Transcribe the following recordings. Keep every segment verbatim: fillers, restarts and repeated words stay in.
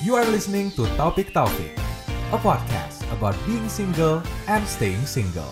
You are listening to Topik Taufik, a podcast about being single and staying single.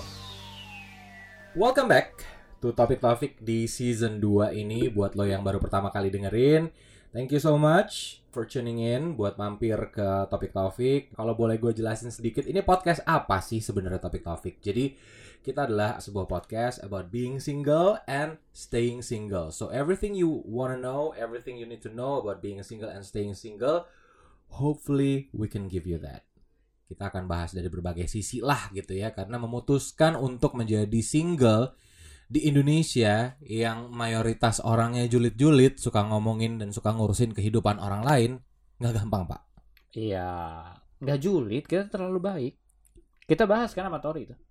Welcome back to Topik Taufik di season dua ini. Buat lo yang baru pertama kali dengerin, thank you so much for tuning in. Buat mampir ke Topik Taufik, kalau boleh gue jelasin sedikit, ini podcast apa sih sebenarnya Topik Taufik? Jadi kita adalah sebuah podcast about being single and staying single. So everything you wanna know, everything you need to know about being single and staying single, hopefully we can give you that. Kita akan bahas dari berbagai sisi lah gitu ya, karena memutuskan untuk menjadi single di Indonesia yang mayoritas orangnya julid-julid, suka ngomongin dan suka ngurusin kehidupan orang lain, nggak gampang Pak. Iya, nggak julid, kita terlalu baik. Kita bahas kan sama Tori itu.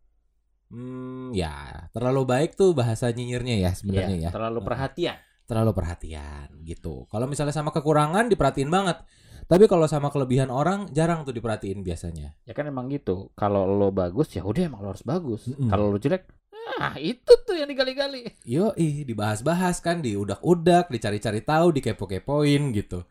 Hmm, ya terlalu baik tuh bahasa nyinyirnya ya sebenarnya ya. ya. Terlalu perhatian. Terlalu perhatian gitu. Kalau misalnya sama kekurangan diperhatiin banget. Tapi kalau sama kelebihan orang jarang tuh diperhatiin biasanya. Ya kan emang gitu. Kalau lo bagus ya udah emang lo harus bagus. Mm-mm. Kalau lo jelek, ah itu tuh yang digali-gali. Yo, ih dibahas-bahas kan, diudak-udak, dicari-cari tahu, dikepo-kepoin gitu.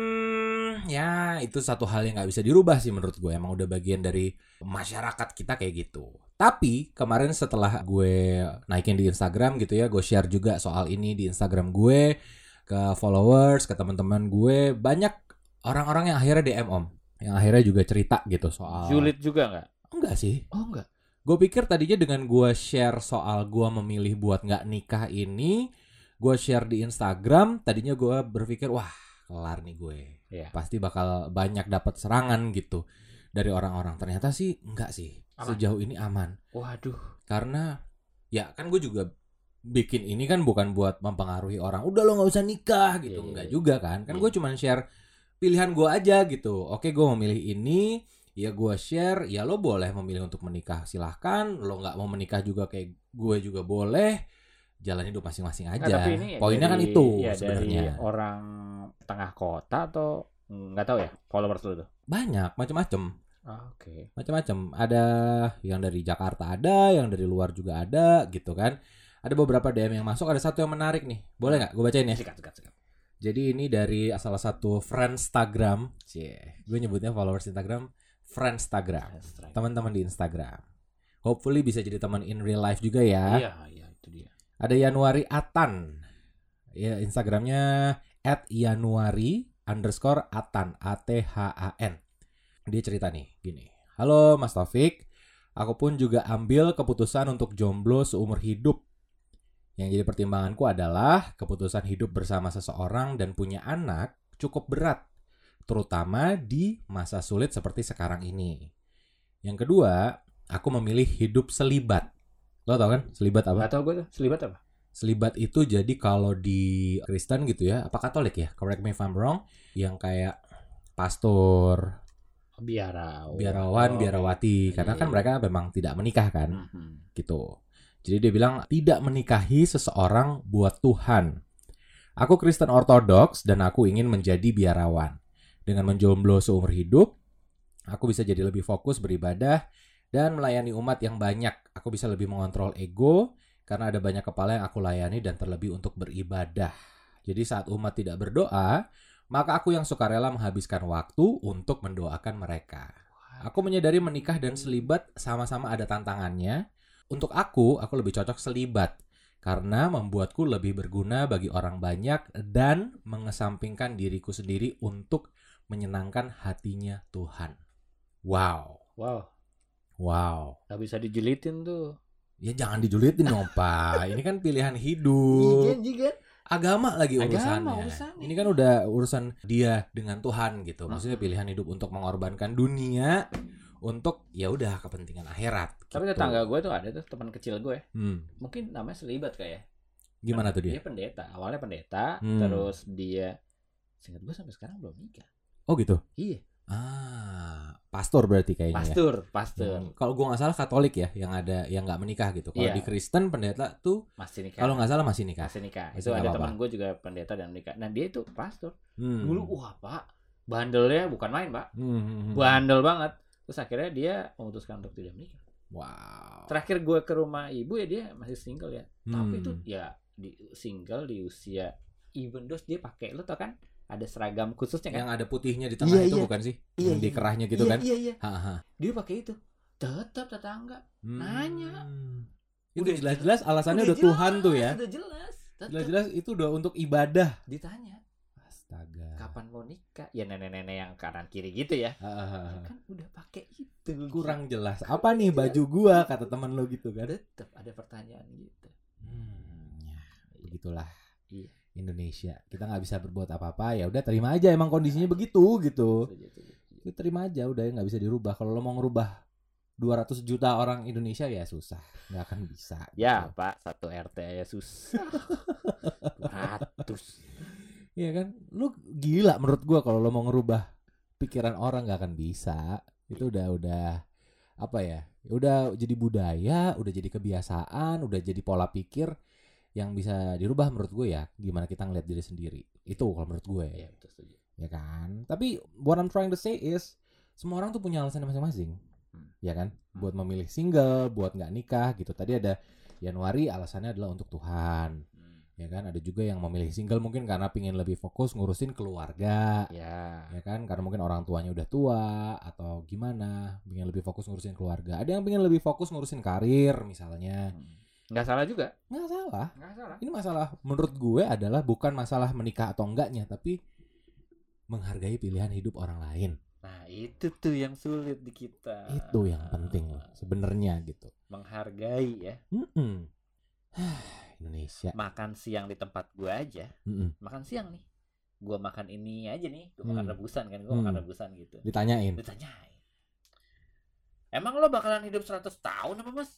Hmm, ya itu satu hal yang nggak bisa dirubah sih menurut gue. Emang udah bagian dari masyarakat kita kayak gitu. Tapi kemarin setelah gue naikin di Instagram gitu ya, gue share juga soal ini di Instagram gue ke followers, ke teman-teman gue, banyak orang-orang yang akhirnya D M om, yang akhirnya juga cerita gitu soal. Julid juga nggak? Enggak sih. Oh enggak. Gue pikir tadinya dengan gue share soal gue memilih buat nggak nikah ini, gue share di Instagram, tadinya gue berpikir wah kelar nih gue, Iya. pasti bakal banyak dapat serangan gitu dari orang-orang. Ternyata sih enggak sih, Aman. sejauh ini aman. Waduh. Karena ya kan gue juga bikin ini kan bukan buat mempengaruhi orang, udah lo nggak usah nikah gitu, Iya, enggak iya. juga kan. Kan Iya. gue cuma share pilihan gue aja gitu. Oke, gue memilih ini, ya gue share, ya lo boleh memilih untuk menikah silahkan, lo nggak mau menikah juga kayak gue juga boleh, jalan hidup masing-masing aja. Nah, tapi ini Poinnya dari, kan itu ya, sebenarnya. dari orang tengah kota atau nggak tahu ya followers lo tuh. Banyak macam-macam, Ah, Oke. macam-macam. Ada yang dari Jakarta, ada yang dari luar juga ada gitu kan. Ada beberapa D M yang masuk, ada satu yang menarik nih. Boleh nggak gue bacain ya? Sikat, sikat, sikat. Jadi ini dari salah satu Friendstagram. Cie, gue nyebutnya followers Instagram Friendstagram. Teman-teman di Instagram. Hopefully bisa jadi teman in real life juga ya. Iya, iya itu dia. Ada Yanuari Atan. Ya, Instagramnya at Yanuari underscore Atan. A T H A N. Dia cerita nih gini. Halo Mas Taufik. Aku pun juga ambil keputusan untuk jomblo seumur hidup. Yang jadi pertimbanganku adalah keputusan hidup bersama seseorang dan punya anak cukup berat, terutama di masa sulit seperti sekarang ini. Yang kedua, aku memilih hidup selibat. Lo tau kan selibat apa? Nggak tahu gue tuh selibat apa? Selibat itu jadi kalau di Kristen gitu ya, apa Katolik ya? Correct me if I'm wrong. Yang kayak pastor, Biarawan. biarawan, Oh, biarawati. iya, Karena kan iya. mereka memang tidak menikah kan. Mhm. Gitu. Jadi dia bilang tidak menikahi seseorang buat Tuhan. Aku Kristen Ortodoks dan aku ingin menjadi biarawan. Dengan menjomblo seumur hidup, aku bisa jadi lebih fokus beribadah dan melayani umat yang banyak. Aku bisa lebih mengontrol ego karena ada banyak kepala yang aku layani dan terlebih untuk beribadah. Jadi saat umat tidak berdoa, maka aku yang sukarela menghabiskan waktu untuk mendoakan mereka. Aku menyadari menikah dan selibat sama-sama ada tantangannya. Untuk aku, aku lebih cocok selibat karena membuatku lebih berguna bagi orang banyak dan mengesampingkan diriku sendiri untuk menyenangkan hatinya Tuhan. Wow, Wow, wow. nggak bisa dijulitin tuh. Ya jangan dijulitin dong Pak. Ini kan pilihan hidup. Juga. Agama lagi Agama urusannya. urusannya. Ini kan udah urusan dia dengan Tuhan gitu. Maksudnya pilihan hidup untuk mengorbankan dunia untuk ya udah kepentingan akhirat. Tapi gitu. tetangga gue tuh ada tuh teman kecil gue. Hmm. Mungkin namanya selibat kayak. Gimana tuh dia? Dia pendeta. Awalnya pendeta, Hmm. terus dia seingat gue sampai sekarang belum nikah. Oh gitu. Iya. Ah, pastor berarti kayaknya ya. Pastor, pastor. Hmm. Kalau gua nggak salah Katolik ya, yang ada yang nggak menikah gitu. Kalau Iya. di Kristen pendeta tuh, Masih nikah. kalau nggak salah masih nikah. Masih nikah. Masih Itu nggak ada apa-apa. teman gue juga pendeta dan menikah. Nah dia itu pastor. Hmm. Dulu wah pak, bandelnya bukan main pak, Hmm, hmm, hmm. bandel banget. Terus akhirnya dia memutuskan untuk tidak menikah. Wow. Terakhir gue ke rumah ibu ya dia masih single ya. Hmm. Tapi itu ya di single di usia even those dia pakai, lo tau kan ada seragam khususnya kan. Yang ada putihnya di tengah Iya, itu iya. bukan sih? Iya, Yang di iya. kerahnya gitu Iya, kan? Iya iya. Haha. Dia pakai itu. Tetap tetangga Hmm. nanya. Itu Udah jelas-jelas alasannya udah, jelas, Tuhan tuh ya. Udah jelas. Tetap Jelas-jelas itu udah untuk ibadah. ditanya Astaga. kapan mau nikah. Ya nenek-nenek yang kanan kiri gitu ya. Hahaha. Kan udah pakai itu. Kurang jelas. Apa nih baju gua kata teman lo gitu kan? Tetap ada pertanyaan gitu. Hmm, ya, begitulah. Iya. Indonesia. Kita nggak bisa berbuat apa-apa, ya udah terima aja emang kondisinya begitu gitu. Setuju, setuju, setuju. Itu terima aja udah nggak bisa dirubah. Kalau lo mau ngerubah dua ratus juta orang Indonesia ya susah, nggak akan bisa. Ya gitu. Pak, satu R T aja susah. dua ratus. Iya kan? Lu gila menurut gua kalau lo mau ngerubah pikiran orang nggak akan bisa. Itu udah udah apa ya? Udah jadi budaya, udah jadi kebiasaan, udah jadi pola pikir yang bisa dirubah menurut gue ya. Gimana kita ngeliat diri sendiri. Itu kalau menurut gue. Iya, betul setuju. Ya kan? Tapi what I'm trying to say is semua orang tuh punya alasan masing-masing. Hmm. Ya kan? Buat memilih single, buat nggak nikah gitu. Tadi ada Januari alasannya adalah untuk Tuhan. Hmm. Ya kan? Ada juga yang memilih single mungkin karena pingin lebih fokus ngurusin keluarga. Ya. Ya kan? Karena mungkin orang tuanya udah tua atau gimana, pingin lebih fokus ngurusin keluarga. Ada yang pingin lebih fokus ngurusin karir misalnya. Hmm. Nggak salah juga. Nggak salah. Nggak salah. Ini masalah menurut gue adalah bukan masalah menikah atau enggaknya, tapi menghargai pilihan hidup orang lain. Nah, itu tuh yang sulit di kita. Itu yang penting loh sebenarnya gitu. Menghargai ya. Mm-mm. Indonesia. Makan siang di tempat gua aja. Mm-mm. Makan siang nih. Gua makan ini aja nih. Gua makan Hmm. rebusan kan. Gua Hmm. makan rebusan gitu. Ditanyain. Ditanyain. Emang lo bakalan hidup seratus tahun apa mas?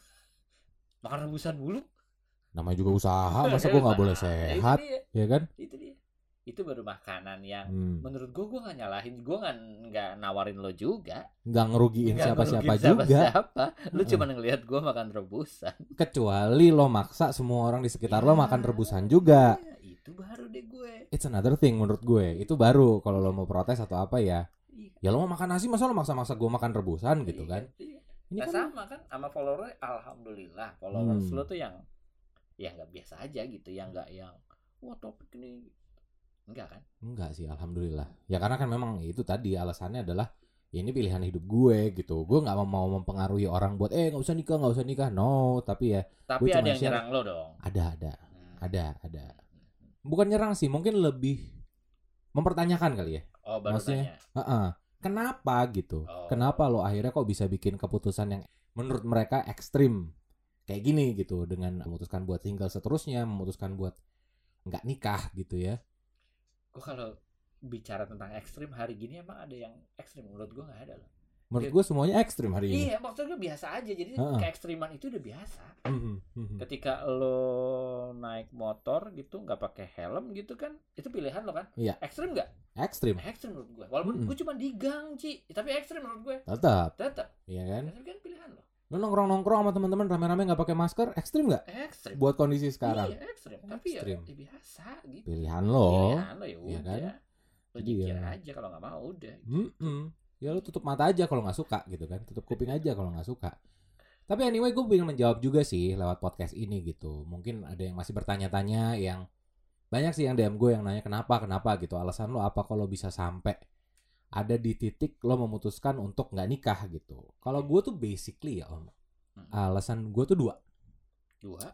Makan rebusan mulu? Namanya juga usaha, masa gue nggak boleh Nah, sehat, Itu dia. ya kan? Itu dia. Itu baru makanan yang Hmm. menurut gua gua nggak nyalahin. Gua nggak nggak nawarin lo juga. Nggak ngerugiin Nggak siapa-siapa ngerugiin juga. siapa-siapa. Lu Mm-mm. cuma ngelihat gua makan rebusan. Kecuali lo maksa semua orang di sekitar Ya, lo makan rebusan juga. ya, itu baru deh gue. It's another thing menurut gue. Itu baru kalau lo mau protes atau apa ya. Iya. Ya lo mau makan nasi, masa lo maksa-maksa gue makan rebusan gitu Iya, kan? iya. Ini Nah kan sama kan sama follower, alhamdulillah followers Hmm. lo tuh yang ya nggak biasa aja gitu, yang nggak yang wah topik ini enggak kan? enggak sih, alhamdulillah. Ya karena kan memang itu tadi alasannya adalah ya ini pilihan hidup gue gitu. Gue nggak mau mau mempengaruhi orang buat eh nggak usah nikah, nggak usah nikah. No, tapi ya Tapi Gua ada cuma yang share. nyerang lo dong. ada ada Hmm. ada ada. Bukan nyerang sih, mungkin lebih mempertanyakan kali ya. Oh baru Maksudnya, nanya. Heeh. Kenapa gitu? Oh. Kenapa lo akhirnya kok bisa bikin keputusan yang menurut mereka ekstrim kayak gini gitu, dengan memutuskan buat single seterusnya, memutuskan buat nggak nikah gitu ya? Gue kalau bicara tentang ekstrim hari gini emang ada yang ekstrim? Menurut gue nggak ada loh. Menurut gue semuanya ekstrim hari ini. Iya maksud gue biasa aja. Jadi Heeh. keekstriman itu udah biasa. Mhm, mhm. Ketika lo naik motor gitu nggak pakai helm gitu kan, itu pilihan lo kan? Iya. Ekstrim nggak? Ekstrim, Ekstrim menurut gue. Walaupun Mm-mm. gue cuma di gang Ci, tapi ekstrim menurut gue. tetap, Tetap. ya kan? Tapi kan pilihan lo. Lo nongkrong-nongkrong sama teman-teman rame-rame nggak pakai masker, ekstrim nggak? Ekstrim. Buat kondisi sekarang, Iya ekstrim. Tapi ya, Ekstrim. ya biasa gitu. pilihan lo. Pilihan lo ya Iya udah. kan? Lo Jadi jikir ya. aja kalau nggak mau udah. Mm-mm. Ya lo tutup mata aja kalau nggak suka gitu kan, tutup kuping aja kalau nggak suka. Tapi anyway, gue pengen menjawab juga sih lewat podcast ini gitu. Mungkin ada yang masih bertanya-tanya, yang banyak sih yang D M gue yang nanya kenapa kenapa gitu. Alasan lo apa kalau bisa sampai ada di titik lo memutuskan untuk nggak nikah gitu. Kalau gue tuh basically ya om, Hmm. alasan gue tuh dua. Dua.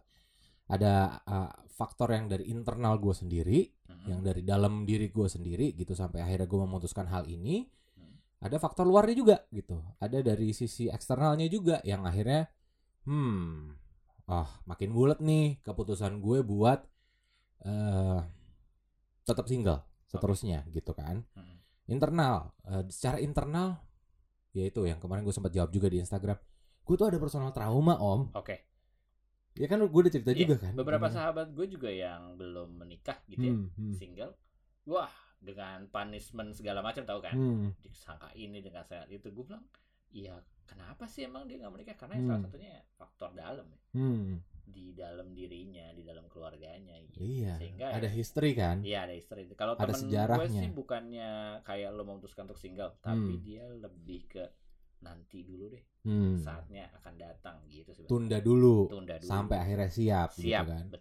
Ada uh, faktor yang dari internal gue sendiri, Hmm. yang dari dalam diri gue sendiri gitu sampai akhirnya gue memutuskan hal ini. Hmm. Ada faktor luarnya juga gitu. Ada dari sisi eksternalnya juga yang akhirnya hmm oh makin bulat nih keputusan gue buat uh, tetap single seterusnya gitu kan. Hmm. Internal, uh, secara internal yaitu yang kemarin gue sempat jawab juga di Instagram. Gue tuh ada personal trauma om. Oke. Ya kan gue udah cerita Iya, juga kan. Beberapa Gimana? sahabat gue juga yang belum menikah gitu ya, Hmm, hmm, single. Wah, dengan punishment segala macam tahu kan? hmm. Disangka ini dengan saya itu, gue bilang, iya kenapa sih emang dia nggak menikah? Karena Hmm. salah satunya faktor dalam ya. Hmm. Di dalam dirinya, di dalam keluarganya. Gitu. Iya. Sehingga Ada ya, history kan. iya ada history. Kalau Ada temen gue sejarahnya. sih bukannya kayak lo memutuskan untuk single, tapi Hmm. dia lebih ke nanti dulu deh, Hmm. saatnya akan datang gitu sih. Tunda dulu Tunda dulu. sampai akhirnya siap, Siap, gitu kan. betul.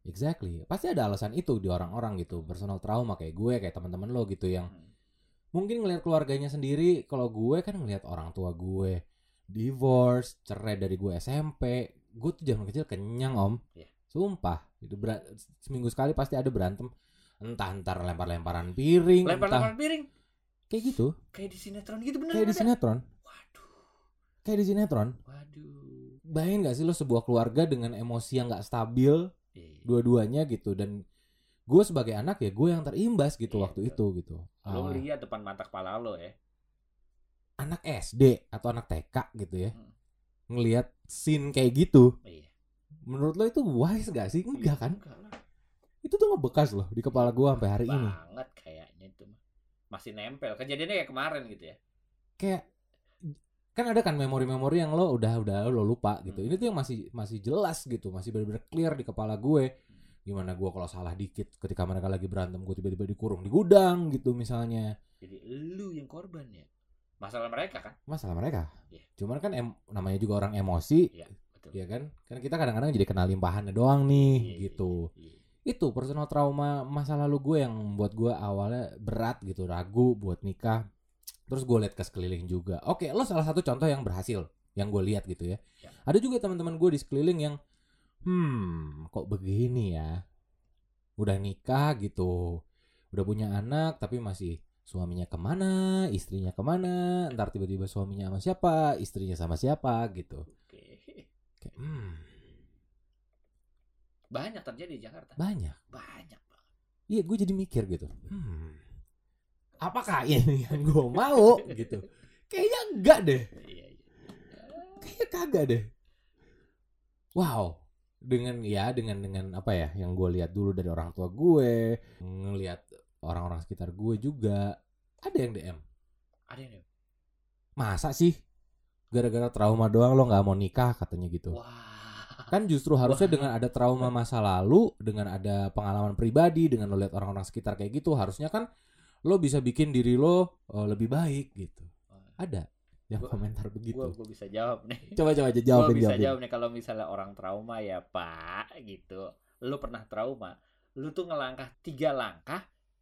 Exactly. Pasti ada alasan itu di orang-orang gitu. Personal trauma kayak gue, kayak teman-teman lo gitu yang Hmm. mungkin ngelihat keluarganya sendiri. Kalau gue kan ngelihat orang tua gue divorce, cerai dari gue S M P. Gue tuh zaman kecil kenyang om. Yeah. Sumpah. Itu ber- seminggu sekali pasti ada berantem. Entah entar lempar-lemparan piring, Lempar-lempar entah piring. kayak gitu. Kayak di sinetron gitu bener. Kayak di sinetron. Waduh. Kayak di sinetron. Waduh. Bayangin gak sih lo sebuah keluarga dengan emosi yang gak stabil Iya. dua-duanya gitu. Dan gue sebagai anak ya gue yang terimbas gitu Iya, waktu betul. itu gitu. Lo Ah, lihat depan mata kepala lo ya. anak S D atau anak T K gitu ya, Hmm. ngelihat scene kayak gitu, Iya. menurut lo itu wise gak sih? Enggak kan? Enggak lah. Itu tuh ngebekas loh di kepala gue sampai hari ini. Banget kayaknya itu mah. Masih nempel. Kejadiannya kayak kemarin gitu ya. Kayak kan ada kan memori-memori yang lo udah udah lo lupa gitu. Hmm. Ini tuh yang masih masih jelas gitu, masih benar-benar clear di kepala gue. Gimana gue kalau salah dikit ketika mereka lagi berantem, gue tiba-tiba dikurung di gudang gitu misalnya. Jadi lu yang korban ya. Masalah mereka kan? Masalah mereka. Iya. Cuman kan em- namanya juga orang emosi, Iya, betul. ya kan? Kan kita kadang-kadang jadi kena limpahannya doang nih Iya, gitu. iya, iya. Itu personal trauma masa lalu gue yang buat gue awalnya berat gitu, ragu buat nikah. Terus gue lihat ke sekeliling juga. Oke, lo salah satu contoh yang berhasil yang gue lihat gitu ya. Ya. Ada juga teman-teman gue di sekeliling yang hmm kok begini ya. Udah nikah gitu, udah punya anak tapi masih suaminya kemana, istrinya kemana, ntar tiba-tiba suaminya sama siapa, istrinya sama siapa gitu. Oke. Kayak, hmm, Banyak terjadi di Jakarta. banyak. Banyak banget. Iya, gue jadi mikir gitu. Hmm, apakah ini yang gue mau gitu? Kayaknya enggak deh. Iya, iya. Kayaknya kagak deh. Wow. Dengan ya dengan dengan apa ya yang gue lihat dulu dari orang tua gue, ngelihat orang-orang sekitar gue juga, ada yang D M. Ada yang Masa sih gara-gara trauma doang lo nggak mau nikah katanya gitu. wah. Kan justru harusnya Wah. dengan ada trauma masa lalu, dengan ada pengalaman pribadi, dengan lo lihat orang-orang sekitar kayak gitu, harusnya kan lo bisa bikin diri lo uh, lebih baik gitu. Ada yang Gua- komentar begitu. Gue gue bisa jawab nih. Coba coba aja Gue jawabin bisa jawabin. jawab nih kalau misalnya orang trauma ya Pak gitu. Lu pernah trauma, lu tuh ngelangkah tiga langkah,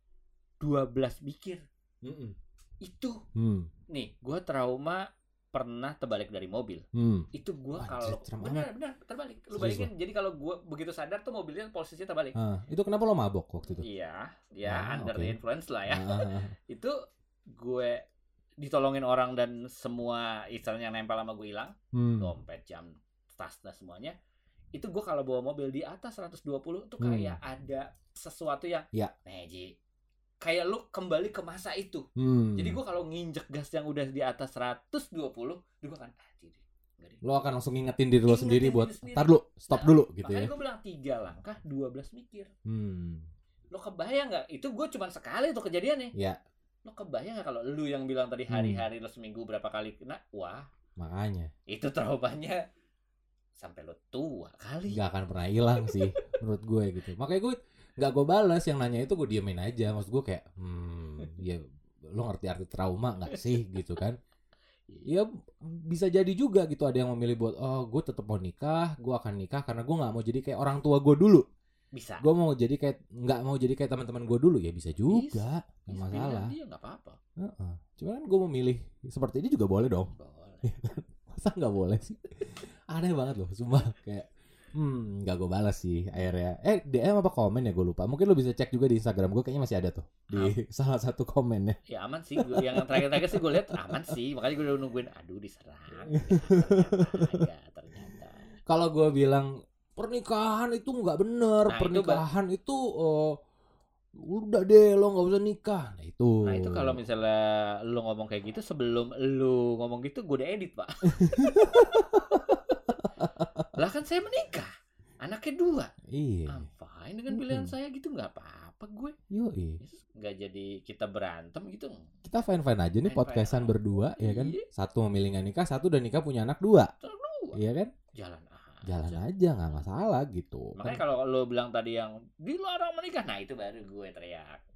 dua belas mikir. Mm-mm. Itu Hmm. nih, gue trauma pernah terbalik dari mobil. Hmm. Itu gue Wah, kalau anjir, serem benar benar terbalik. Lu Serius balikin. Jadi kalau gue begitu sadar tuh mobilnya posisinya terbalik. Ah, itu kenapa lo mabok waktu itu? Iya, ya Ah, under oke. the influence lah ya. Ah, ah, ah. Itu gue ditolongin orang dan semua istilahnya yang nempel sama gue hilang. Hmm. Dompet, jam, tas dan semuanya. Itu gue kalau bawa mobil di atas seratus dua puluh tuh Hmm. kayak ada sesuatu yang Ya. magic. Kayak lu kembali ke masa itu. Hmm. Jadi gue kalau nginjek gas yang udah di atas seratus dua puluh, gue kan ah, jadi enggak deh. Lo akan langsung ngingetin diri lo Ingetin sendiri diri buat sendiri. tar dulu, stop Nah, dulu gitu Makanya ya. gue bilang tiga langkah, dua belas mikir. Hmm. Lo kebayang nggak? Itu gue cuma sekali tuh kejadiannya. Ya, Lo kebayang nggak kalau lu yang bilang tadi hari-hari lo seminggu berapa kali kena? Wah, makanya itu traumanya sampai lo tua kali. nggak akan pernah hilang sih menurut gue gitu. Makanya gue nggak gue balas yang nanya itu, gue diemin aja. Maksud gue kayak, hmm, ya lo ngerti arti trauma nggak sih gitu kan? Ya bisa jadi juga gitu, ada yang memilih buat oh gue tetap mau nikah, gue akan nikah karena gue nggak mau jadi kayak orang tua gue dulu. Bisa. Gue mau jadi kayak nggak mau jadi kayak teman-teman gue dulu, ya bisa juga, nggak Bisa masalah. pilihan dia nggak apa-apa. Heeh. Cuman gue memilih seperti ini juga boleh dong. Boleh. Masa nggak boleh sih? Aneh banget loh, sumpah kayak hmm nggak gue balas sih akhirnya. Eh D M apa komen ya gue lupa. Mungkin lo bisa cek juga di Instagram gue, kayaknya masih ada tuh di salah satu komennya. Ya aman sih. Gua, yang terakhir-terakhir sih gue lihat aman sih. Makanya gue udah nungguin. Aduh diserang. Ternyata, ternyata. Kalau gue bilang pernikahan itu nggak bener, Nah, itu, pernikahan itu, eh, udah deh lo nggak usah nikah. Nah itu. Nah itu kalau misalnya lu ngomong kayak gitu, sebelum lu ngomong gitu gue udah edit Pak. Lah kan saya menikah, anaknya dua. Iya. I'm fine dengan pilihan Mm-mm. saya gitu, nggak apa-apa gue. Yoi. Nggak jadi kita berantem gitu. Kita fine fine aja nih Fine-fine podcastan aja. berdua ya kan. Iya. Satu memilih nggak nikah, satu udah nikah punya anak dua. Terus dua. Iya kan? Jalan aja. Jalan aja nggak masalah gitu. Makanya Kan- kalau lo bilang tadi yang dilarang menikah, nah itu baru gue teriak.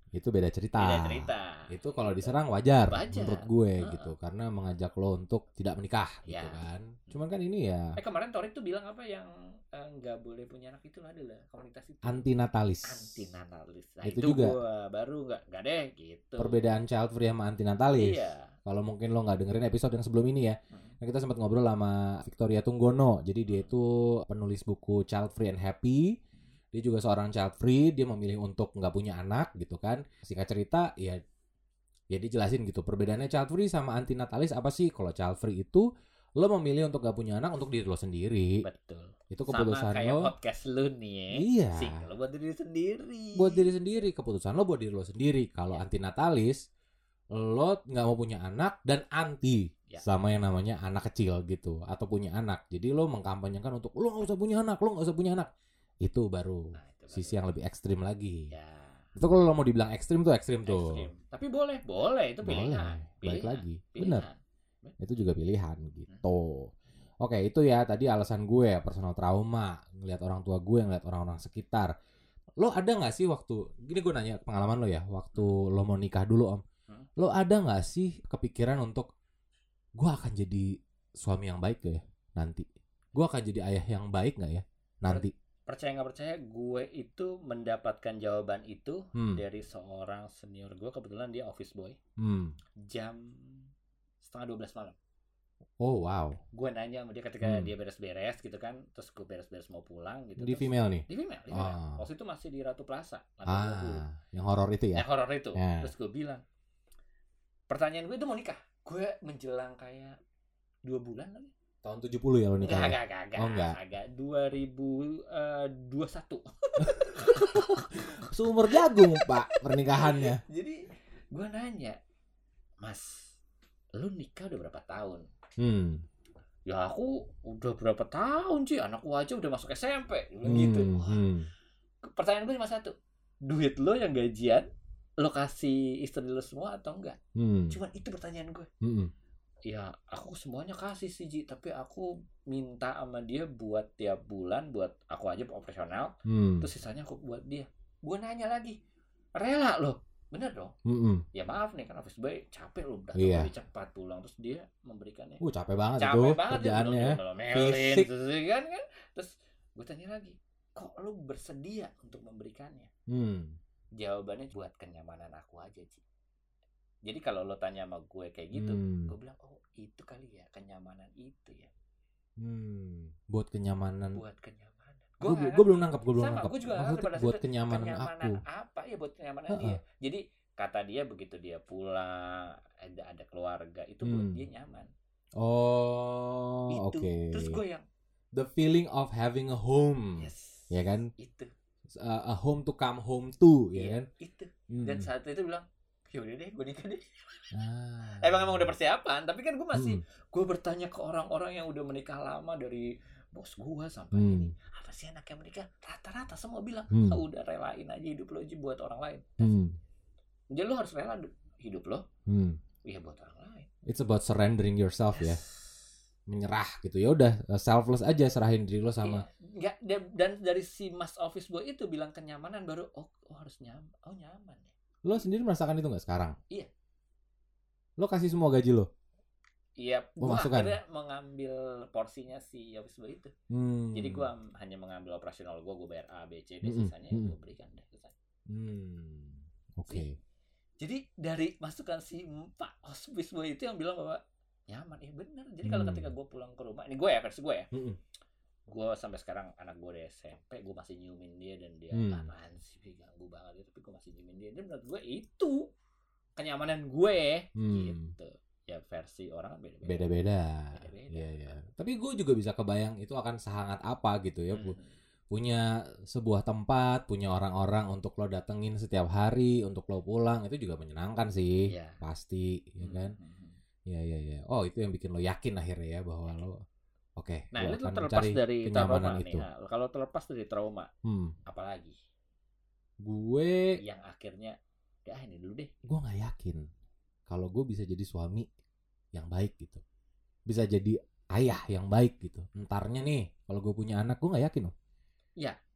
itu beda cerita. Beda cerita. Itu kalau diserang wajar, Wajar. menurut gue Heeh. gitu, karena mengajak lo untuk tidak menikah gitu Ya. kan. Cuman kan ini ya Eh kemarin Torik tuh bilang apa yang eh, nggak boleh punya anak itu adalah komunitas itu. antinatalis. Antinatalis. Nah, Itu itu, juga. gua baru nggak nggak deh gitu. Perbedaan child free sama antinatalis. Iya. Kalau mungkin lo nggak dengerin episode yang sebelum ini ya, Hmm. nah kita sempat ngobrol sama Victoria Tunggono. Jadi dia itu penulis buku Child Free and Happy. Dia juga seorang child free. Dia memilih untuk nggak punya anak gitu kan. Singkat cerita ya, ya dia jelasin gitu. Perbedaannya child free sama antinatalis apa sih? Kalau child free itu lo memilih untuk nggak punya anak untuk diri lo sendiri. Betul. Itu keputusan Sama kayak lo. podcast lu nih ya. Iya. Single buat diri sendiri. Buat diri sendiri, keputusan lo buat diri lo sendiri. Kalau Ya. antinatalis, lo nggak mau punya anak dan anti Ya. sama yang namanya anak kecil gitu atau punya anak. Jadi lo mengkampanyekan untuk lo nggak usah punya anak, lo nggak usah punya anak. Itu baru Nah, itu sisi baru. yang lebih ekstrim lagi. Ya. Itu kalau lo mau dibilang ekstrim tuh ekstrim tuh. Ekstrim. Tapi boleh, boleh itu Boleh. pilihan. Balik Pilihan. lagi, Pilihan. bener. Itu juga pilihan gitu. Oke, itu ya tadi alasan gue personal trauma, ngelihat orang tua gue, ngelihat orang-orang sekitar. Lo ada nggak sih waktu gini gue nanya pengalaman lo ya, waktu lo mau nikah dulu Om, Hmm. lo ada nggak sih kepikiran untuk gue akan jadi suami yang baik gak ya nanti? Gue akan jadi ayah yang baik nggak ya nanti? Percaya nggak percaya, gue itu mendapatkan jawaban itu Hmm. dari seorang senior gue. Kebetulan dia office boy. Hmm. Jam setengah dua belas malam. Oh wow. Gue nanya sama dia ketika Hmm. dia beres-beres gitu kan, terus gue beres-beres mau pulang gitu. Di terus- female nih. Di female, di female. Ah. Waktu itu masih di Ratu Plaza, lantai dua puluh. Ah, yang horor itu ya. Yang horor itu. Ya. Terus gue bilang, pertanyaan gue itu mau nikah. Gue menjelang kayak dua bulan lagi. Tahun tujuh puluh ya lo Enggak, nikah. enggak, enggak, enggak, Oh, enggak. agak dua ribu dua puluh satu. Seumur jagung Pak pernikahannya. Jadi gue nanya, Mas, lu nikah udah berapa tahun? Hmm. Ya aku udah berapa tahun sih, anakku aja udah masuk S M P. Dia bilang Hmm, gitu. hmm. Pertanyaan gue cuma satu, duit lo yang gajian lo kasih istri lo semua atau enggak? Hmm. Cuman itu pertanyaan gue. Hmm. Ya aku semuanya kasih sih Ji, tapi aku minta sama dia buat tiap bulan, buat aku aja operasional, Hmm. terus sisanya aku buat dia. Gue nanya lagi, rela lo? Bener dong? Hmm. Ya maaf nih kan office boy capek lo, datang Iya. lebih cepat pulang, terus dia memberikannya. Uh capek banget Capek itu banget dia kerjaannya. belum ngomelin, Fisik. terus kan kan. Terus gue tanya lagi, kok lo bersedia untuk memberikannya? Hmm. Jawabannya buat kenyamanan aku aja Ci. Jadi kalau lo tanya sama gue kayak gitu, Hmm. gue bilang oh itu kali ya, kenyamanan itu ya, Hmm. Buat kenyamanan. buat kenyamanan. Gue nggak gue belum nangkep, gue belum sama, nangkep. gue juga nggak Maksudnya ngerti pada buat situ, kenyamanan, kenyamanan aku. apa ya, buat kenyamanan Heeh. dia. Jadi kata dia begitu dia pulang ada ada keluarga itu buat Hmm. dia nyaman. Oh, Itu. oke. Terus gue yang The feeling of having a home, yes, ya kan? itu, A, a home to come home to, ya iya, kan? itu. Hmm. Dan saat itu bilang, yaudah deh, gue nikah deh. Ah. Emang emang udah persiapan, tapi kan gue masih, Hmm. gue bertanya ke orang-orang yang udah menikah lama dari bos gue sampai Hmm. ini, apa sih anak yang menikah? Rata-rata semua bilang, Hmm. ah, udah relain aja hidup lo aja buat orang lain. Hmm. Jadi lo harus rela du- hidup lo, Hmm. iya buat orang lain. It's about surrendering yourself ya, Yes. menyerah gitu. Ya udah, selfless aja, serahin diri lo sama. Iya. Nggak, dan, dan dari si mas office boy itu bilang kenyamanan baru, oh, oh harus nyaman, oh nyaman ya. Lo sendiri merasakan itu nggak sekarang? Iya. Lo kasih semua gaji lo? Iya, Oh, gue masukan. akhirnya mengambil porsinya si office boy itu. Hmm. Jadi gue hanya mengambil operasional gue, gue bayar A, B, C, D, Mm-mm, sisanya mm-mm. gue berikan deh. Sisanya. Hmm. Oke. Jadi dari masukan si Pak office boy itu yang bilang bahwa nyaman, ya benar. Jadi kalau Hmm. ketika gue pulang ke rumah, ini gue ya versi gue ya, Mm-mm. gue sampai sekarang anak gue udah S M P, gue masih nyiumin dia dan dia Hmm. apaan sih ganggu banget, tapi gue masih nyiumin dia. Dan menurut gue itu kenyamanan gue, Hmm. gitu. Ya versi orang kan beda-beda. Beda-beda. Beda-beda. Iya, iya. Tapi gue juga bisa kebayang itu akan sehangat apa gitu ya. Bu. Hmm. Punya sebuah tempat, punya orang-orang untuk lo datengin setiap hari, untuk lo pulang, itu juga menyenangkan sih. Iya. Pasti, ya kan? Hmm, hmm, hmm. Iya, iya, iya. Oh, itu yang bikin lo yakin akhirnya ya bahwa lo oke, Nah gua itu akan terlepas mencari dari kenyamanan trauma itu. nih. Nah, kalau terlepas dari trauma, Hmm. apalagi Gue yang akhirnya, dah ini dulu deh. gue nggak yakin kalau gue bisa jadi suami yang baik gitu, bisa jadi ayah yang baik gitu. Entarnya nih kalau gue punya anak, gue nggak yakin loh. Ya,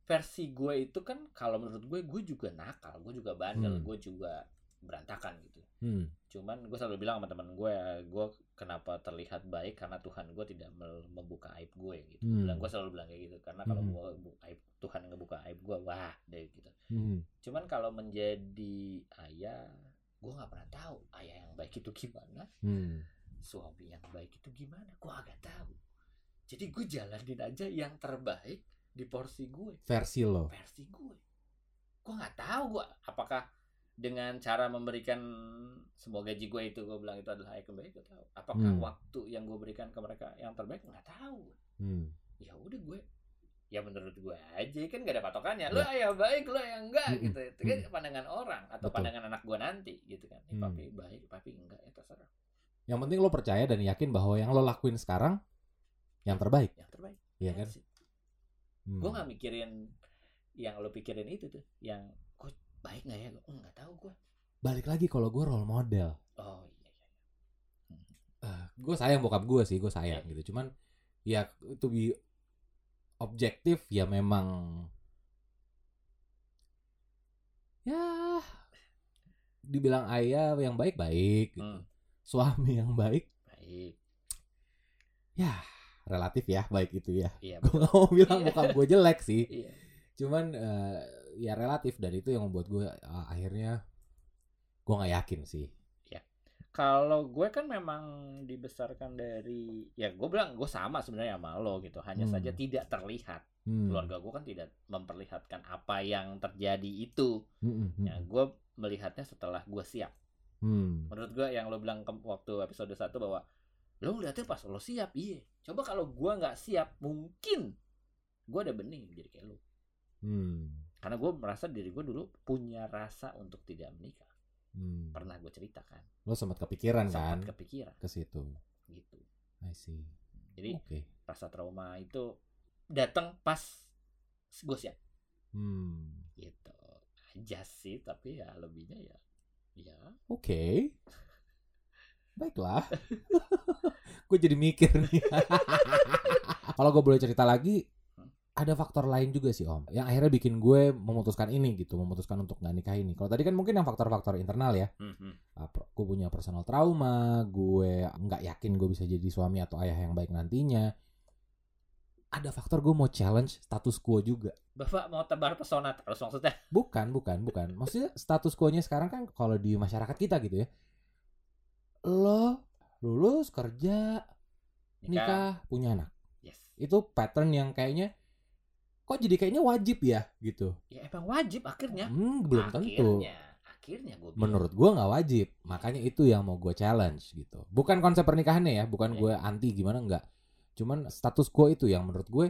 versi gue itu kan kalau menurut gue gue juga nakal, gue juga bandel, Hmm. gue juga berantakan gitu. Hmm. Cuman gue selalu bilang sama teman gue, gue kenapa terlihat baik karena Tuhan gue tidak mel- membuka aib gue gitu. Hmm. Bilang gue selalu bilang kayak gitu karena kalau Hmm. gue bu- aib Tuhan ngebuka aib gue, wah deh gitu. Hmm. Cuman kalau menjadi ayah, gue nggak pernah tahu ayah yang baik itu gimana, Hmm. suami yang baik itu gimana, gue agak tahu. Jadi gue jalanin aja yang terbaik di porsi gue, Versi lo. versi gue. Gue nggak tahu gue apakah dengan cara memberikan semua gaji gue itu, gue bilang itu adalah ayah yang baik, gue tahu. Apakah Hmm. waktu yang gue berikan ke mereka yang terbaik, nggak tahu. Hmm. Ya udah gue, ya menurut gue aja kan gak ada patokannya. Lo Ya. ayah baik, lo yang enggak Mm-mm. gitu. Itu kan Mm. pandangan orang atau Betul. pandangan anak gue nanti gitu kan. Ini Hmm. papi baik, papi enggak, ya terserah. Yang penting lo percaya dan yakin bahwa yang lo lakuin sekarang yang terbaik. Yang terbaik. Iya kan? Hmm. Gue nggak mikirin yang lo pikirin itu tuh, yang kok baik nggak ya? Gue nggak tahu gue. Balik lagi kalau gue role model. Oh iya iya. Uh, gue sayang bokap gue sih, gue sayang Iya. gitu. Cuman ya itu bi objektif ya memang ya dibilang ayah yang baik-baik gitu. Hmm. Suami yang baik Baik. ya relatif ya baik itu ya. Iya. Gue gak mau bilang Iya. bokap gue jelek sih. Iya. Cuman uh, ya relatif, dan itu yang membuat gue uh, akhirnya gue nggak yakin sih. Kalau gue kan memang dibesarkan dari, ya gue bilang gue sama sebenarnya sama lo gitu. Hanya Hmm. saja tidak terlihat. Hmm. Keluarga gue kan tidak memperlihatkan apa yang terjadi itu. Hmm, hmm, Ya gue melihatnya setelah gue siap. hmm. Menurut gue yang lo bilang ke, waktu episode satu bahwa lo ngeliatnya pas lo siap. Iya. Coba kalau gue nggak siap, mungkin gue ada bening jadi kayak lo. Hmm. Karena gue merasa diri gue dulu punya rasa untuk tidak menikah. Hmm. Pernah gue ceritakan. Lo sempat kepikiran kan Sempat kepikiran ke situ. gitu. I see. Jadi Oke. rasa trauma itu datang pas gue siap Hmm. gitu aja sih, tapi ya lebihnya ya ya Oke. Baiklah. Gue jadi mikir nih. Kalau gue boleh cerita lagi, ada faktor lain juga sih Om, yang akhirnya bikin gue memutuskan ini gitu, memutuskan untuk nggak nikah ini. Kalau tadi kan mungkin yang faktor-faktor internal ya, mm-hmm. gue punya personal trauma, gue nggak yakin gue bisa jadi suami atau ayah yang baik nantinya. Ada faktor gue mau challenge status quo juga. Bapak mau tebar pesona terus maksudnya? Bukan, bukan, bukan. Maksudnya status quo-nya sekarang kan kalau di masyarakat kita gitu ya, lo lulus kerja, nikah, punya anak. Yes. Itu pattern yang kayaknya kok jadi kayaknya wajib ya gitu. Ya emang wajib akhirnya. Hmm, belum tentu. Akhirnya, akhirnya gue bilang. Menurut gue nggak wajib. Makanya itu yang mau gue challenge gitu. Bukan konsep pernikahannya ya, bukan Iya. gue anti gimana, enggak. Cuman status quo itu yang menurut gue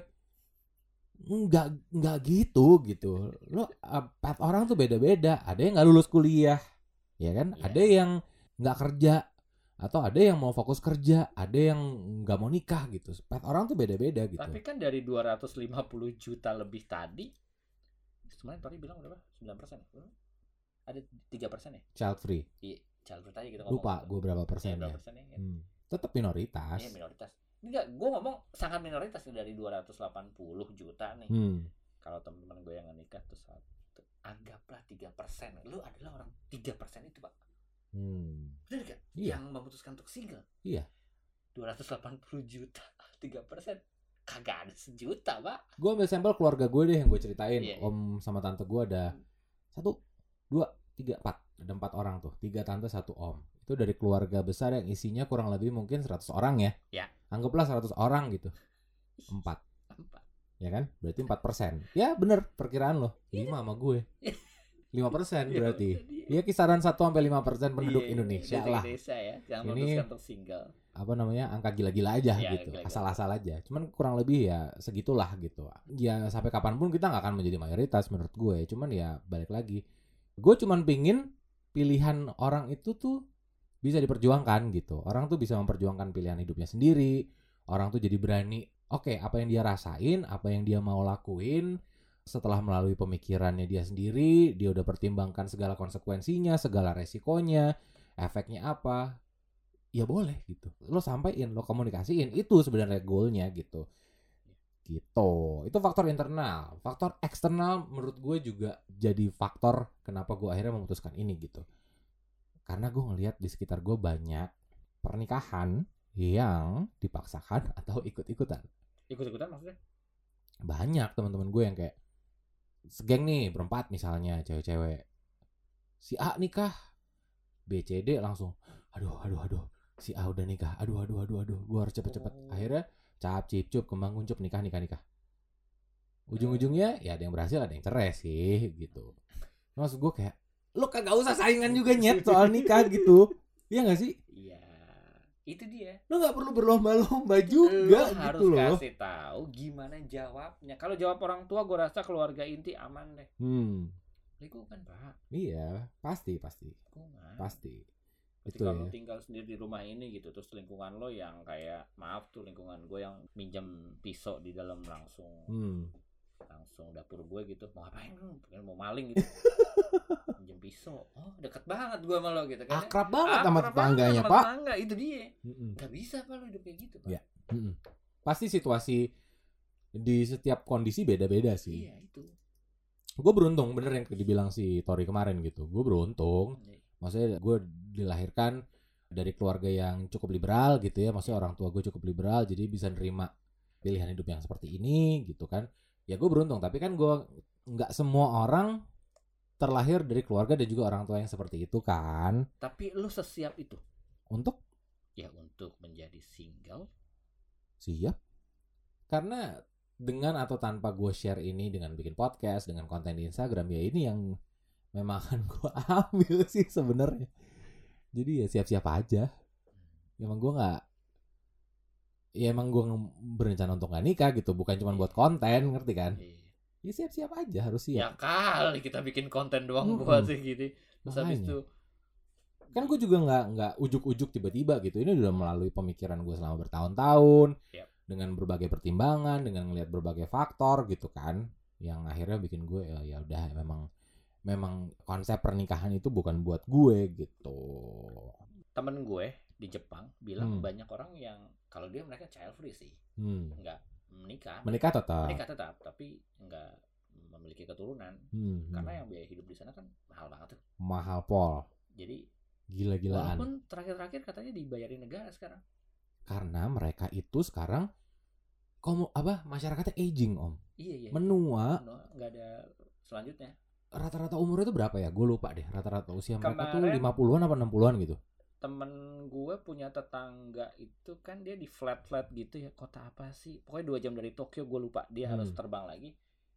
nggak nggak gitu gitu. Lo uh, path orang tuh beda-beda. Ada yang nggak lulus kuliah, ya kan? Iya. Ada yang nggak kerja, atau ada yang mau fokus kerja, ada yang nggak mau nikah gitu. Path orang tuh beda-beda gitu. Tapi kan dari dua ratus lima puluh juta lebih tadi, kemarin Tori bilang berapa? sembilan persen ya? Ada tiga persen ya? Child free. Iya, child free tadi kita ngomong. Lupa gue berapa persen berapa ya. persen ya? Hmm. Tetap minoritas. Iya, minoritas. Enggak, gue ngomong sangat minoritas nih, dari dua ratus delapan puluh juta nih. Hmm. Kalau teman-teman gue yang nikah tuh satu, anggaplah tiga persen. Lu adalah orang tiga persen itu, Pak. Hmm. Benar gak? Iya. Yang memutuskan untuk single. Iya. dua ratus delapan puluh juta, tiga persen. Kagak ada sejuta, Pak. Gue ambil sampel keluarga gue deh yang gue ceritain. Iya, iya. Om sama tante gue ada satu, dua, tiga, empat. Ada empat orang tuh. Tiga tante, satu om. Itu dari keluarga besar yang isinya kurang lebih mungkin seratus orang ya. Ya. Anggaplah seratus orang gitu. Empat. Empat. Ya kan? Berarti empat persen. Ya bener perkiraan lo. Lima sama gue. Lima persen berarti. Ya kisaran satu sampai lima persen penduduk Iya, Indonesia penduduk lah. Indonesia ya, yang Ini- memutuskan untuk single. Apa namanya, angka gila-gila aja Iya, gitu, gila-gila. asal-asal aja. Cuman kurang lebih ya segitulah gitu. Ya sampai kapanpun kita nggak akan menjadi mayoritas menurut gue. Cuman ya balik lagi, gue cuman pingin pilihan orang itu tuh bisa diperjuangkan gitu. Orang tuh bisa memperjuangkan pilihan hidupnya sendiri. Orang tuh jadi berani, oke, apa yang dia rasain, apa yang dia mau lakuin, setelah melalui pemikirannya dia sendiri, dia udah pertimbangkan segala konsekuensinya, segala resikonya, efeknya apa. Ya boleh gitu. Lo sampein, lo komunikasiin, itu sebenarnya goalnya gitu. Gitu. Itu faktor internal. Faktor eksternal menurut gue juga jadi faktor kenapa gue akhirnya memutuskan ini gitu. Karena gue ngelihat di sekitar gue banyak pernikahan yang dipaksakan atau ikut-ikutan. Ikut-ikutan maksudnya? Banyak teman-teman gue yang kayak segeng nih berempat misalnya cewek-cewek. Si A nikah, B C D langsung aduh aduh aduh si A udah nikah, aduh aduh aduh aduh gue harus cepet-cepet. Oh. Akhirnya cap cip cup kembang kuncup nikah nikah nikah. Ujung-ujungnya ya ada yang berhasil ada yang cerai sih gitu. Maksud gue kayak lo kagak usah saingan juga nyet soal nikah gitu. Iya gak sih? Iya, itu dia. Lo gak perlu berlomba-lomba juga Lo harus gitu loh. kasih tahu gimana jawabnya. Kalau jawab orang tua, gue rasa keluarga inti aman deh. Hmm. Lingkungan pak. Iya, pasti pasti Lingkungan. pasti. Ketika Itu lo ya. tinggal sendiri di rumah ini gitu, terus lingkungan lo yang kayak maaf tuh lingkungan gue yang minjem pisau di dalam langsung. Hmm. Langsung dapur gue gitu, mau ngapain lu? Pengen mau maling gitu. Minjem pisau. Oh, deket banget gue sama lo gitu kan. Akrab banget sama tetangganya, sama Pak. tetangga, itu dia. Mm-mm. Gak bisa Pak lo hidup kayak gitu, Pak. Iya. Mm-mm. Pasti situasi di setiap kondisi beda-beda sih. Iya, itu. Gue beruntung bener yang dibilang si Tori kemarin gitu. Gue beruntung. Maksudnya gue dilahirkan dari keluarga yang cukup liberal gitu ya. Maksudnya orang tua gue cukup liberal, jadi bisa nerima pilihan hidup yang seperti ini gitu kan. Ya gue beruntung, tapi kan gue nggak semua orang terlahir dari keluarga dan juga orang tua yang seperti itu kan. Tapi lu sesiap itu Untuk ya untuk menjadi single? siap. Karena dengan atau tanpa gue share ini dengan bikin podcast, dengan konten di Instagram, ya ini yang memang akan gue ambil sih sebenarnya. Jadi ya siap-siap aja. Emang gue nggak, ya emang gue berencana untuk nggak nikah gitu, bukan cuma buat konten, ngerti kan? Ya siap-siap aja, harus siap. Ya kali kita bikin konten doang Mm-mm. buat sih gini. Terus habis Makanya. itu Kan gue juga nggak nggak ujuk-ujuk tiba-tiba gitu. Ini udah melalui pemikiran gue selama bertahun-tahun, Yap. dengan berbagai pertimbangan, dengan ngelihat berbagai faktor gitu kan, yang akhirnya bikin gue ya ya udah memang memang konsep pernikahan itu bukan buat gue gitu. temen gue di Jepang bilang Hmm. banyak orang yang kalau dia mereka child free sih, Hmm. nggak menikah, Menikah tetap. menikah tetap, tapi nggak memiliki keturunan Hmm, hmm. karena yang biaya hidup di sana kan mahal banget tuh. Mahal pol, Jadi gila-gilaan. walaupun terakhir-terakhir katanya dibayarin negara sekarang. Karena mereka itu sekarang komo apa masyarakatnya aging om, Iya iya. menua. No, nggak ada selanjutnya. Rata-rata umurnya itu berapa ya? Gue lupa deh. Rata-rata usia mereka tuh Kemarin- lima puluhan apa enam puluhan gitu. Temen gue punya tetangga itu kan dia di flat-flat gitu ya, kota apa sih, pokoknya dua jam dari Tokyo, gue lupa, dia Hmm. harus terbang lagi.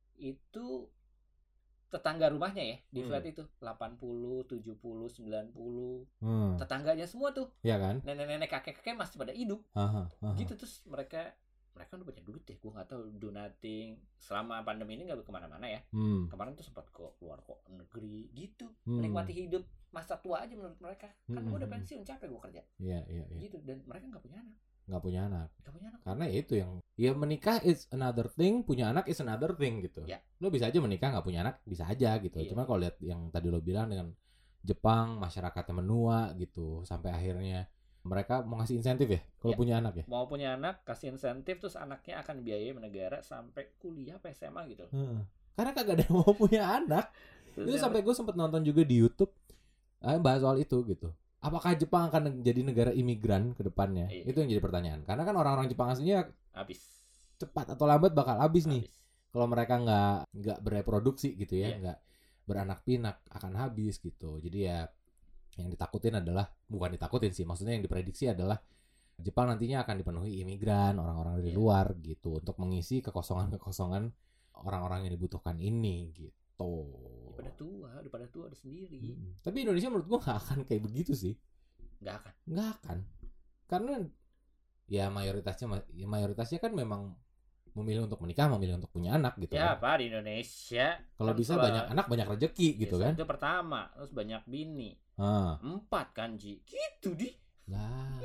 Itu tetangga rumahnya ya di Hmm. flat itu delapan puluh, tujuh puluh, sembilan puluh, Hmm. tetangganya semua tuh Iya kan? nenek-nenek kakek-kakek masih pada hidup Aha, aha. gitu. Terus mereka mereka udah banyak duit deh, gue nggak tahu do nothing selama pandemi ini, nggak kemana-mana ya. Hmm. Kemarin tuh sempat ke keluar kok negeri gitu, Hmm. menikmati hidup masa tua aja menurut mereka. Kan Hmm, gue udah hmm, pensiun, capek gue kerja Iya, iya, iya. gitu, dan mereka nggak punya anak, Nggak punya anak. nggak punya anak. Karena ya itu yang ya menikah is another thing, punya anak is another thing gitu. Ya. Lo bisa aja menikah nggak punya anak, bisa aja gitu. Iya. Cuma kalau lihat yang tadi lo bilang dengan Jepang masyarakatnya menua gitu, sampai akhirnya mereka mau ngasih insentif ya kalau Ya. punya anak ya. Mau punya anak kasih insentif, terus anaknya akan biayai negara sampai kuliah apa S M A gitu. Heeh. Karena kagak ada yang mau punya anak. Terus Itu yang- sampai gue sempet nonton juga di YouTube eh, bahas soal itu gitu. Apakah Jepang akan jadi negara imigran ke depannya? Iya. Itu yang jadi pertanyaan. Karena kan orang-orang Jepang aslinya habis. cepat atau lambat bakal habis nih. Habis. Kalau mereka nggak nggak bereproduksi gitu ya, Iya. nggak beranak pinak akan habis gitu. Jadi ya yang ditakutin adalah, bukan ditakutin sih, maksudnya yang diprediksi adalah Jepang nantinya akan dipenuhi imigran, orang-orang dari Iya. luar gitu, untuk mengisi kekosongan-kekosongan orang-orang yang dibutuhkan ini gitu. Udah pada tua, udah pada tua udah sendiri. Hmm. Tapi Indonesia menurut gua nggak akan kayak begitu sih. Nggak akan. Nggak akan. Karena ya mayoritasnya ya mayoritasnya kan memang memilih untuk menikah, memilih untuk punya anak gitu Ya kan. apa di Indonesia? Kalau kan bisa setelah- banyak anak banyak rezeki gitu Ya, kan. Itu pertama, terus banyak bini. Ah. Empat kan Ji. Gitu di. Lah.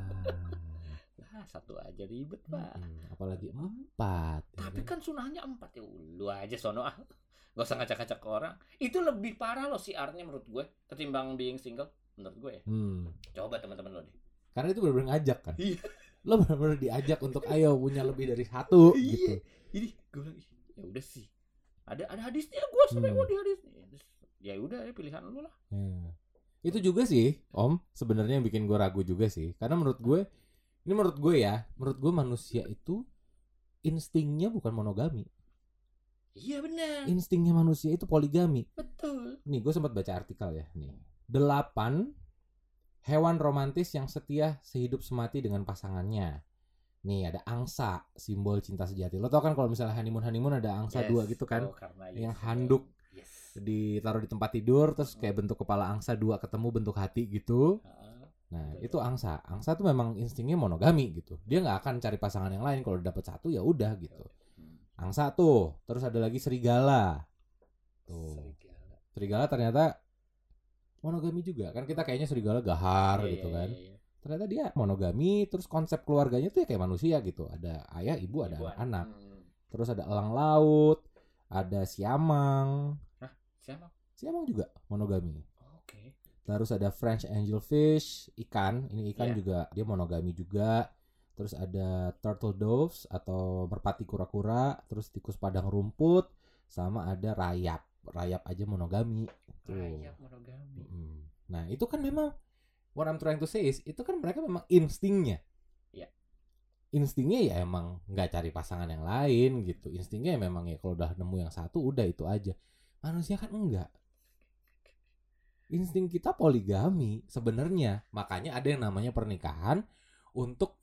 Lah satu aja ribet pak. Hmm, apalagi empat. ya Tapi kan? kan sunahnya empat ya, lu aja sono ah. Gak usah ngacak-ngacak ke orang. Itu lebih parah loh siarnya menurut gue ketimbang being single menurut gue ya. Hmm. Coba teman-teman lo deh. Karena itu benar-benar ngajak kan. Iya. Lo benar-benar diajak untuk ayo punya lebih dari satu gitu. Iya. Jadi gue bilang, ya udah sih. Ada ada hadisnya, gue sampai Hmm. mau di hadis. Ya udah ya pilihan lu lah. Ya. Itu juga sih, Om, sebenarnya yang bikin gue ragu juga sih. Karena menurut gue, ini menurut gue ya, menurut gue manusia itu instingnya bukan monogami. Iya benar. Instingnya manusia itu poligami. Betul. Nih, gue sempat baca artikel ya, nih. Delapan hewan romantis yang setia sehidup semati dengan pasangannya. Nih, ada angsa, simbol cinta sejati. Lo tau kan kalau misalnya honeymoon-honeymoon ada angsa Yes. dua gitu kan? Oh, karena Yang yes. handuk. Yes. Ditaruh di tempat tidur, terus kayak bentuk kepala angsa dua ketemu bentuk hati gitu. Uh, Nah, Betul. itu angsa. Angsa tuh memang instingnya monogami gitu. Dia nggak akan cari pasangan yang lain. Kalau dapat satu ya udah gitu. hmm. Angsa tuh. Terus ada lagi serigala. Tuh. Serigala. Serigala ternyata monogami juga. Kan kita kayaknya serigala gahar Iya, gitu iya, kan. iya, iya. Ternyata dia monogami. Terus konsep keluarganya tuh ya kayak manusia gitu. Ada ayah, ibu, ada Ibu anak-anak. Hmm. Terus ada elang laut. Ada siamang. Hah? Siapa? Siamang juga monogami. Oke. Terus ada French angelfish, ikan. Ini ikan Iya. juga dia monogami juga. Terus ada turtle doves atau merpati kura-kura. Terus tikus padang rumput. Sama ada rayap. Rayap aja monogami. Tuh. Rayap monogami. Mm. Nah itu kan memang, what I'm trying to say is, itu kan mereka memang instingnya. Iya. Instingnya ya emang gak cari pasangan yang lain gitu. Instingnya ya memang ya kalau udah nemu yang satu udah itu aja. Manusia kan enggak. Insting kita poligami sebenarnya. Makanya ada yang namanya pernikahan untuk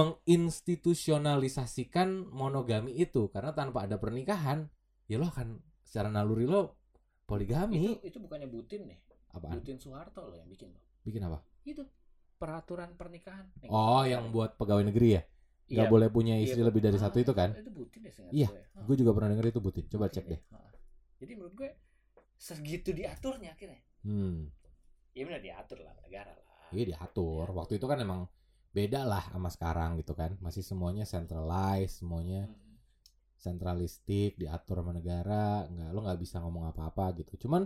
menginstitusionalisasikan monogami itu. Karena tanpa ada pernikahan, ya lo akan secara naluri lo poligami. Itu itu bukannya Butin nih? Apaan? Butin Soeharto loh yang bikin loh. Bikin apa? Itu peraturan pernikahan. Oh, yang buat pegawai negeri ya? Gak Iya, boleh punya iya, istri lebih dari ah, satu itu kan? Itu Butin deh seingat Iya, gue. Ah, gue juga pernah denger itu Butin. Coba Butin cek deh. Ah. Jadi menurut gue segitu diaturnya akhirnya. Hmm, Ya benar diatur lah negara lah. iya diatur. Waktu itu kan emang beda lah sama sekarang gitu kan. Masih semuanya centralized, semuanya Hmm. sentralistik, diatur sama negara. Nggak, lo nggak bisa ngomong apa-apa gitu. Cuman,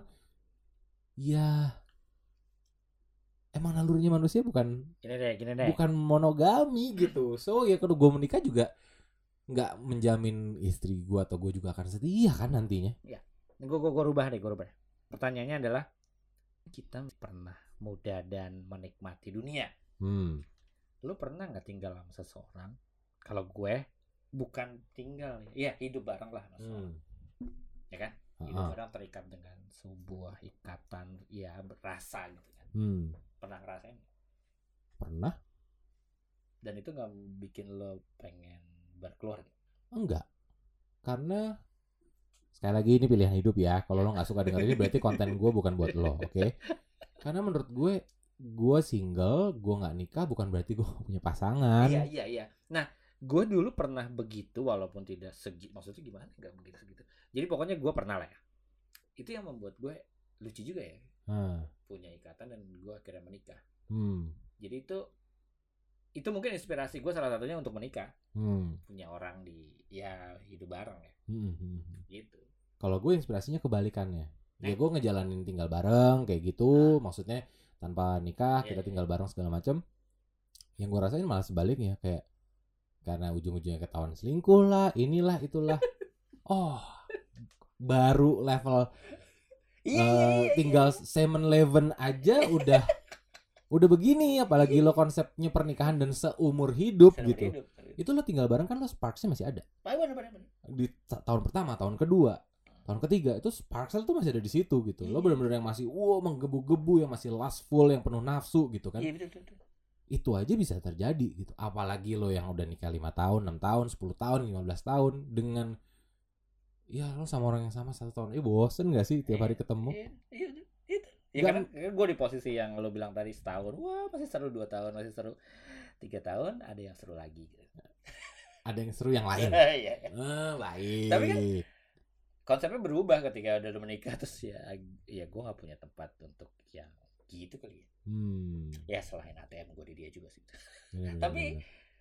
ya emang nalurinya manusia bukan Gini deh, gini deh. bukan monogami gitu. So ya kalau gue menikah juga nggak menjamin istri gue atau gue juga akan setia kan nantinya. Gue gue gue rubah deh, gue rubah. Pertanyaannya adalah, kita pernah muda dan menikmati dunia. Hmm. Lu pernah nggak tinggal sama seseorang? Kalau gue bukan tinggal, ya hidup bareng lah sama seseorang, Hmm. ya kan? Hidup Ah, ah. bareng terikat dengan sebuah ikatan, ya rasa gitu kan. Hmm. Pernah ngerasain? Pernah? Dan itu nggak bikin lo pengen berkeluarga? Enggak. Karena sekali lagi ini pilihan hidup ya. Kalau lo nggak suka denger ini berarti konten gue bukan buat lo, oke? Karena menurut gue, gue single, gue nggak nikah bukan berarti gue punya pasangan. Iya iya iya. Nah, gue dulu pernah begitu walaupun tidak segi, maksudnya gimana? Nggak begitu segitu. Jadi pokoknya gue pernah lah ya. Itu yang membuat gue lucu juga ya. Hmm. Punya ikatan dan gue akhirnya menikah. Hmm. Jadi itu itu mungkin inspirasi gue salah satunya untuk menikah. Hmm. Punya orang di ya hidup bareng ya. Hmm. Hmm. Gitu. Kalau gue inspirasinya kebalikannya. Ya gue ngejalanin tinggal bareng kayak gitu. Maksudnya tanpa nikah Iya, kita iya. tinggal bareng segala macam. Yang gue rasain malah sebaliknya, kayak karena ujung-ujungnya ketahuan selingkuh lah, inilah itulah. Oh, baru level Iya, eh, iya, iya, tinggal iya. seven eleven aja udah udah begini, apalagi lo konsepnya pernikahan dan seumur hidup Seumur gitu. hidup. Itu lo tinggal bareng kan lo sparksnya masih ada. Bener, bener, bener. Di ta- tahun pertama, tahun kedua, tahun ketiga itu sparksnya tuh masih ada di situ gitu. Lo Iya. benar-benar yang masih wow menggebu-gebu, yang masih lustful, yang penuh nafsu gitu kan. Iya betul, betul, betul. Itu aja bisa terjadi gitu. Apalagi lo yang udah nikah lima tahun, enam tahun, sepuluh tahun, lima belas tahun dengan ya lo sama orang yang sama satu tahun. Eh bosen gak sih tiap hari ketemu? Iya, iya, itu. Ya Gak- karena gue di posisi yang lo bilang tadi setahun, wah masih seru, dua tahun masih seru, tiga tahun ada yang seru lagi. Gitu. Ada yang seru yang lain. Iya. Eh, baik. Tapi kan konsepnya berubah ketika udah menikah, terus ya, ya gue nggak punya tempat untuk yang gitu kali ya. Hmm. Ya selain A T M gue di dia juga sih. Bener, bener, Tapi bener.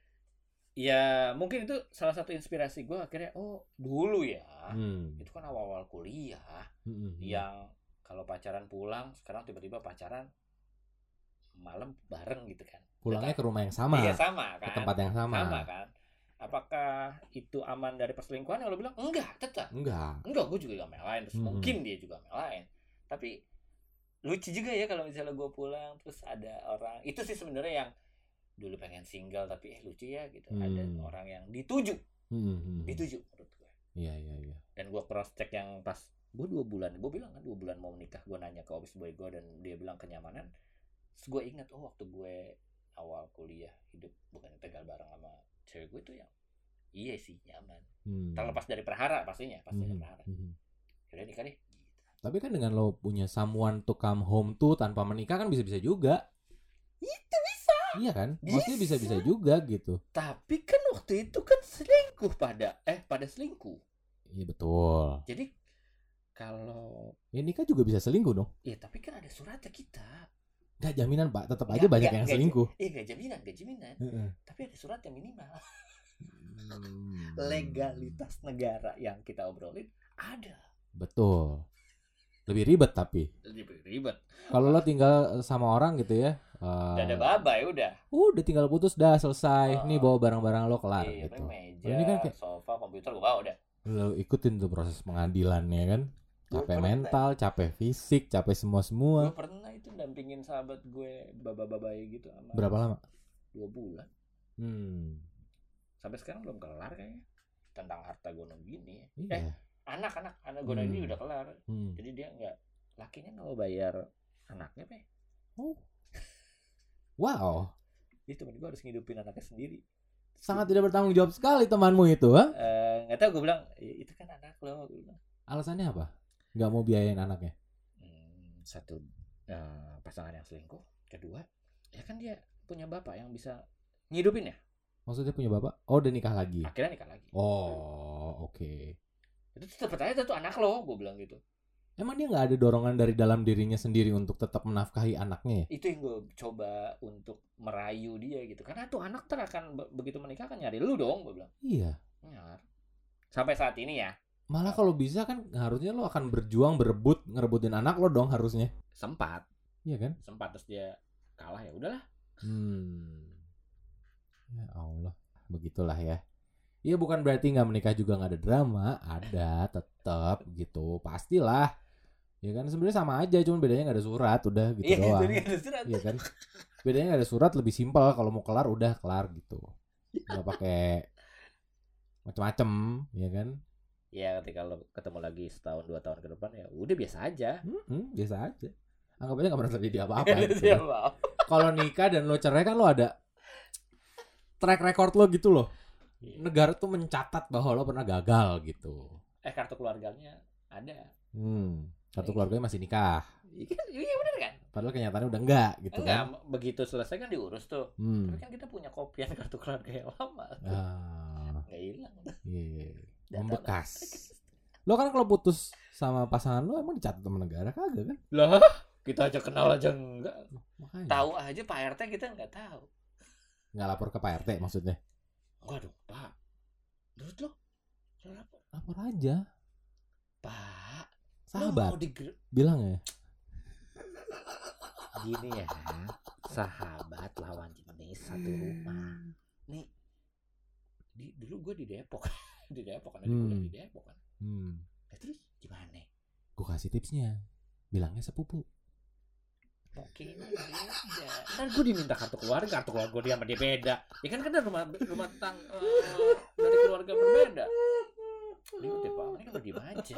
ya mungkin itu salah satu inspirasi gue akhirnya. Oh dulu ya, Hmm. itu kan awal-awal kuliah. Hmm, hmm, hmm. Yang kalau pacaran pulang, sekarang tiba-tiba pacaran malam bareng gitu kan. Pulangnya Tetap- ke rumah yang sama, Iya sama ke kan. tempat yang sama. Sama kan. Apakah itu aman dari perselingkuhan? Kalau bilang enggak, tetap. Enggak. Enggak, gue juga gak melain. Terus Hmm. mungkin dia juga melain. Tapi lucu juga ya kalau misalnya gue pulang terus ada orang. Itu sih sebenarnya yang dulu pengen single tapi eh lucu ya gitu. Ada Hmm. orang yang dituju, Hmm, hmm. dituju menurut gue. Iya, iya, iya. Dan gue cross check yang pas gue dua bulan, gue bilang kan dua bulan mau menikah, gue nanya ke office boy gue dan dia bilang kenyamanan. Terus gue ingat oh waktu gue awal kuliah hidup bukan di Tegal bareng sama cewek gue tuh yang iya sih nyaman. Hmm. Terlepas dari perhara pastinya, pastinya Hmm, perhara. hmm. Yaudah nikah deh. Gitu. Tapi kan dengan lo punya someone to come home tuh tanpa menikah kan bisa-bisa juga. Itu bisa. Iya kan? Maksudnya Bisa. bisa-bisa juga gitu. Tapi kan waktu itu kan selingkuh pada eh pada selingkuh. Iya betul. Jadi kalau Ya nikah juga bisa selingkuh dong. ya tapi kan ada suratnya kita. Gak jaminan Pak, tetap aja Nggak- banyak nggak- yang nggak- selingkuh. Iya nggak jaminan, nggak jaminan. Heeh. Tapi ada surat yang minimal. Hmm. Legalitas negara yang kita obrolin ada. Betul. Lebih ribet tapi. Lebih ribet. Kalau lo tinggal sama orang gitu ya. eh, Udah ada babay udah. udah tinggal putus dah selesai. Oh. Nih bawa barang-barang lo kelar Iya, gitu. paling meja, Kalau ini kan kayak- sofa, komputer gua bawa udah. Lo ikutin tuh proses pengadilannya kan. Gua Capek pernah. mental, capek fisik, capek Gue semua-semua. pernah itu dampingin sahabat gue baba-babay gitu sama Berapa lama? dua bulan. Hmm. Sampai sekarang belum kelar kayaknya. Tentang harta gono gini ya. Iya. Eh, anak-anak anak gono ini Hmm. udah kelar. Hmm. Jadi dia nggak lakinya nggak mau bayar anaknya, Pe. Oh. Wow. Dia temen gue harus ngidupin anaknya sendiri. Sangat tidak bertanggung jawab sekali temanmu itu, ha? Eh, nggak tahu gue bilang "I- itu kan anak lo, gue bilang. Alasannya apa? Gak mau biayain anaknya. Hmm, satu eh, pasangan yang selingkuh, kedua ya kan dia punya bapak yang bisa ngidupin ya. Maksudnya punya bapak? Oh, udah nikah lagi. Akhirnya nikah lagi. Oh, oke. Itu tetap aja itu anak lo, gue bilang gitu. Emang dia nggak ada dorongan dari dalam dirinya sendiri untuk tetap menafkahi anaknya ya? Itu yang gue coba untuk merayu dia gitu. Karena tuh anak ter akan be- begitu menikah kan nyari lu dong, gue bilang. Iya. Nyar. Sampai saat ini ya Malah kalau bisa kan harusnya lo akan berjuang berebut ngerebutin anak lo dong harusnya. sempat, Iya kan? sempat terus dia kalah ya udahlah. Hmm. Ya Allah, begitulah ya. Iya bukan berarti nggak menikah juga nggak ada drama, ada tetap gitu, pastilah. Ya kan sebenarnya sama aja, cuma bedanya nggak ada surat, udah gitu Iya, doang. itu dia ada surat. Iya kan? Bedanya nggak ada surat, lebih simpel. Kalau mau kelar udah kelar gitu, nggak pakai macem-macem, ya kan? Ya ketika lo ketemu lagi setahun dua tahun ke depan ya udah biasa aja. Hmm, biasa aja. Anggap aja nggak pernah terjadi apa-apa. Nggak ada gitu. siapa. Kalau nikah dan lo cerai kan lo ada track record lo gitu loh. Negara tuh mencatat bahwa lo pernah gagal gitu. Eh kartu keluarganya ada. Hmm, satu keluarganya masih nikah. Iya kan? Iya benar kan? Padahal kenyataannya udah enggak gitu Enggak, kan. begitu selesai kan diurus tuh. Hmm. Tapi kan kita punya kopian kartu keluarga yang lama. Ah, Nggak hilang. iya. Data Membekas. Lo kan kalau putus sama pasangan lo emang dicatat sama negara kagak kan? Lah, kita aja kenal aja enggak. Makanya. Tahu aja Pak R T kita enggak tahu. Nggak lapor ke Pak R T maksudnya. Enggak dong, Pak. Terus lo? Lo lapor. Lapor aja. Pak, lo Sahabat. mau digre- Bilang ya. Gini ya, sahabat lawan jenis satu rumah. Nih, di, dulu gue di Depok, di Depok kan, di kuliah Hmm. di Depok kan. Hmm. Eh, terus gimana? Gue kasih tipsnya. Bilangnya sepupu. Oke, ini beda. Ntar gue diminta kartu keluarga, kartu keluarga gue dia sama dia beda. Ya kan kan rumah rumah tang eh, dari keluarga berbeda. Ini udah Pak, ini udah diem aja.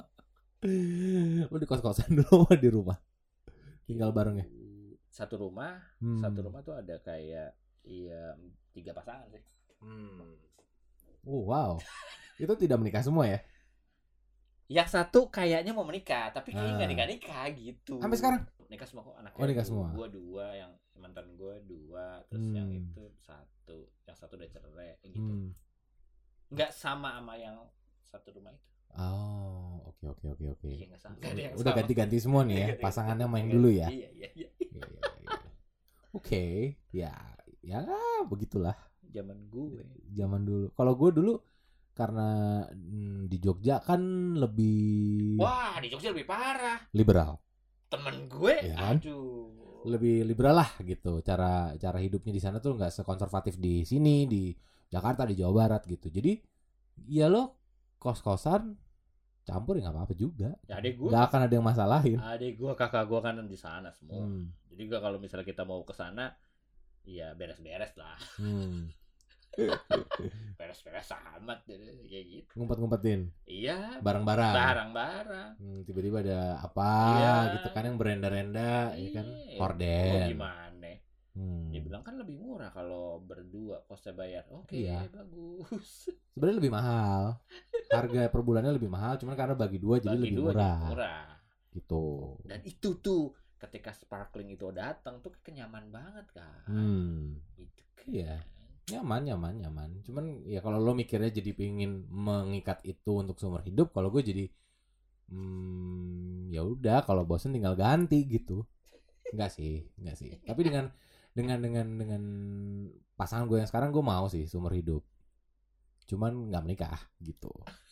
Lo di kos-kosan dulu apa di rumah? Tinggal bareng ya? Satu rumah, Hmm. satu rumah tuh ada kayak iya tiga pasangan sih. Hmm. Oh wow. Itu tidak menikah semua ya? Yang satu kayaknya mau menikah, tapi kayaknya Ah. nggak nikah nikah gitu. Sampai sekarang? Nikah semua kok anaknya. Oh, nikah semua. Gue dua, yang mantan gue dua, terus Hmm. yang itu satu, yang satu udah cerai gitu. Hmm. Nggak sama sama yang satu rumah itu. Oh, oke oke oke oke. Iya, nggak sama. Nggak ada yang Udah sama. ganti-ganti semua nih ya. Ganti-ganti. Pasangannya main dulu ya. Iya iya iya. Iya, iya, iya. Oke, ya, ya begitulah Zaman gue. zaman dulu. Kalau gue dulu karena mm, di Jogja kan lebih Wah, di Jogja lebih parah. liberal. Temen gue, Iya kan? aduh. lebih liberal lah gitu. Cara cara hidupnya di sana tuh nggak sekonservatif di sini di Jakarta, di Jawa Barat gitu. Jadi ya lo kos-kosan campur ya nggak apa-apa juga. Ya, adek gua, Nggak akan ada yang masalahin. Adek gua, kakak gua kan di sana semua. Hmm. Jadi gua kalau misalnya kita mau ke sana, ya beres-beres lah. Hmm. Beres-beres amat kayak gitu. Ngumpet-ngumpetin. Iya. Barang-barang. Barang-barang. Hmm, tiba-tiba ada apa Iya. gitu kan yang berenda-renda, ya kan? Iya. Horden. Oh, gimana? Hmm. Dia bilang kan lebih murah kalau berdua kosnya bayar. Oke, Iya. bagus. Sebenarnya lebih mahal. Harga per bulannya lebih mahal, cuman karena bagi dua jadi Bagi lebih dua murah. jadi murah. Gitu. Dan itu tuh ketika sparkling itu datang tuh kenyaman banget kan. Hmm. Itu kan. Iya. Nyaman, nyaman, nyaman. Cuman ya kalau lo mikirnya jadi pingin mengikat itu untuk seumur hidup, kalau gue jadi hmm, ya udah kalau bosen tinggal ganti gitu. Enggak sih, enggak sih. Tapi dengan dengan dengan dengan pasangan gue yang sekarang gue mau sih seumur hidup. Cuman nggak menikah gitu.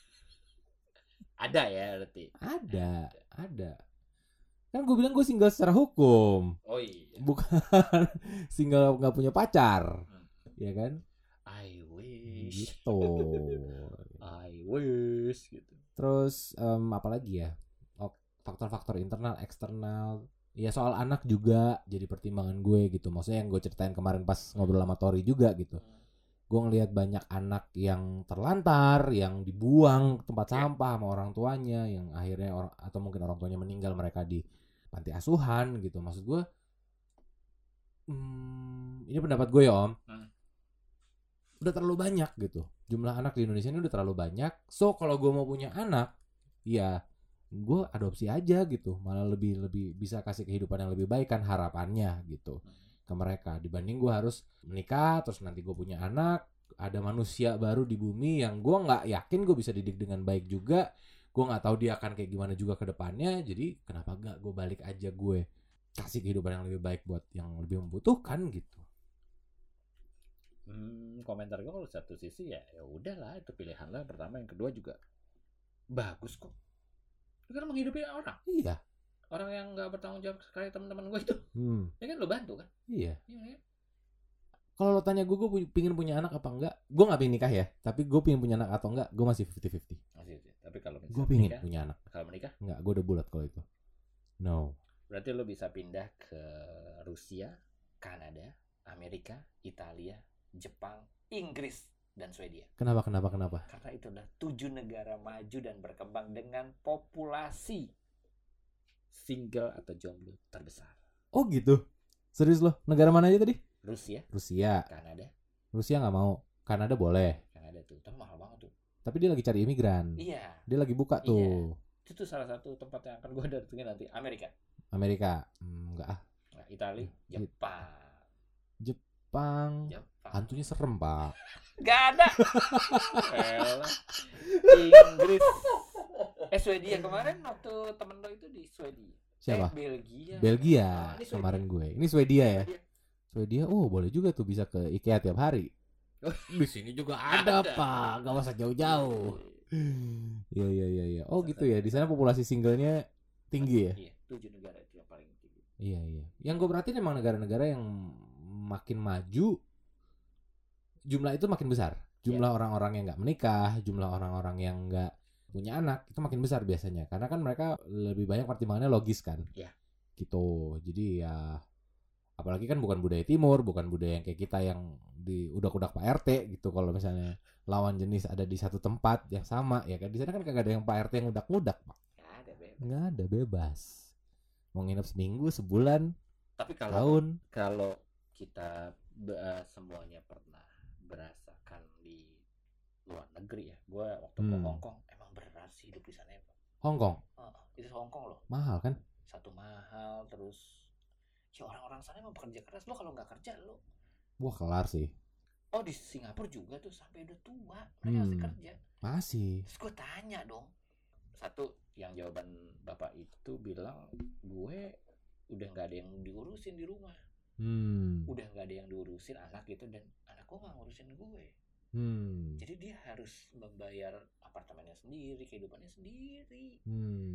Ada ya berarti. Ada, ada. Kan gue bilang gue single secara hukum. Oh iya. Bukan single nggak punya pacar. Ya kan? I wish. Gitu. I wish gitu. Terus um, apa lagi ya? Oh, faktor-faktor internal, eksternal. Ya soal anak juga jadi pertimbangan gue gitu. Maksudnya yang gue ceritain kemarin pas ngobrol sama Tori juga gitu. Gue ngelihat banyak anak yang terlantar, yang dibuang ke tempat sampah sama orang tuanya, yang akhirnya orang atau mungkin orang tuanya meninggal, mereka di panti asuhan gitu. Maksud gue, hmm, ini pendapat gue ya Om. Hmm. Udah terlalu banyak gitu. Jumlah anak di Indonesia ini udah terlalu banyak. So kalau gue mau punya anak, ya gue adopsi aja gitu. Malah lebih lebih bisa kasih kehidupan yang lebih baik kan harapannya gitu ke mereka. Dibanding gue harus menikah terus nanti gue punya anak, ada manusia baru di bumi yang gue nggak yakin gue bisa didik dengan baik juga. Gue nggak tahu dia akan kayak gimana juga ke depannya. Jadi kenapa nggak gue balik aja gue kasih kehidupan yang lebih baik buat yang lebih membutuhkan gitu. Hmm, komentar gue kalau satu sisi ya ya udahlah itu pilihan lah. Pertama, yang kedua juga bagus kok. Itu kan menghidupi orang. Iya. Orang yang nggak bertanggung jawab sekali teman-teman gue itu. Hmm. Ya kan lo bantu kan? Iya. Iya. Ya. Kalau lo tanya gue, gue pingin punya anak apa enggak? Gue nggak pingin nikah ya. Tapi gue pingin punya anak atau enggak? Gue masih fifty fifty. Masih. Tapi kalau gue pingin nikah, punya anak. Kalau menikah? Enggak, gue udah bulat kalau itu. No. Berarti lo bisa pindah ke Rusia, Kanada, Amerika, Italia, Jepang, Inggris, dan Swedia. Kenapa, kenapa, kenapa? Karena itu adalah tujuh negara maju dan berkembang dengan populasi single atau jomblo terbesar. Oh gitu? Serius lo? Negara mana aja tadi? Rusia. Rusia. Kanada. Rusia nggak mau. Kanada boleh. Kanada tuh, tapi mahal banget tuh. Tapi dia lagi cari imigran. Iya. Dia lagi buka tuh. Iya. Itu salah satu tempat yang akan gue datengin nanti. Amerika. Amerika. Hmm, enggak ah. Nah, Italia, Jepang. Jepang. Jepang. Hantunya serem, Pak. Gak ada. Inggris. Eh, Swedia kemarin waktu temen lo itu di Swedia. Siapa? Eh, Belgia. Belgia. Oh, kemarin gue. Ini Swedia ya. Swedia. Swedia. Oh, boleh juga tuh bisa ke IKEA tiap hari. Di sini juga ada, ada. Pak. Gak usah jauh-jauh. Iya, iya, iya, iya. Oh, gitu ya. Di sana populasi singlenya tinggi ya? Iya, tujuh negara itu yang paling tinggi. Iya, iya. Yang gue perhatiin emang negara-negara yang makin maju, jumlah itu makin besar. Jumlah yeah. orang-orang yang nggak menikah, jumlah orang-orang yang nggak punya anak itu makin besar biasanya. Karena kan mereka lebih banyak pertimbangannya logis kan. Iya. Yeah. Gitu. Jadi ya, apalagi kan bukan budaya timur, bukan budaya yang kayak kita yang di udak-udak Pak R T gitu. Kalau misalnya lawan jenis ada di satu tempat yang sama, ya kan di sana kan kagak ada yang Pak R T yang udak-udak, Pak. Nggak ada bebas. Nggak ada bebas. Mau nginep seminggu, sebulan, tapi kalau tahun. Kalau kita uh, semuanya pernah merasakan di luar negeri ya. Gue waktu hmm. ke Hong Kong emang berat sih hidup di sana ya, Pak. Hong Kong? Uh, itu Hong Kong loh. Mahal kan? Satu mahal, terus ya orang-orang sana emang bekerja keras. Lo kalau nggak kerja lo. Wah kelar sih. Oh di Singapura juga tuh sampai udah tua mereka hmm. masih kerja. Masih. Terus gue tanya dong. Satu yang jawaban bapak itu bilang gue udah nggak ada yang diurusin di rumah. Hmm. Udah nggak ada yang diurusin anak gitu dan anak gue nggak ngurusin gue. Hmm. Jadi dia harus membayar apartemennya sendiri, kehidupannya sendiri. Hmm.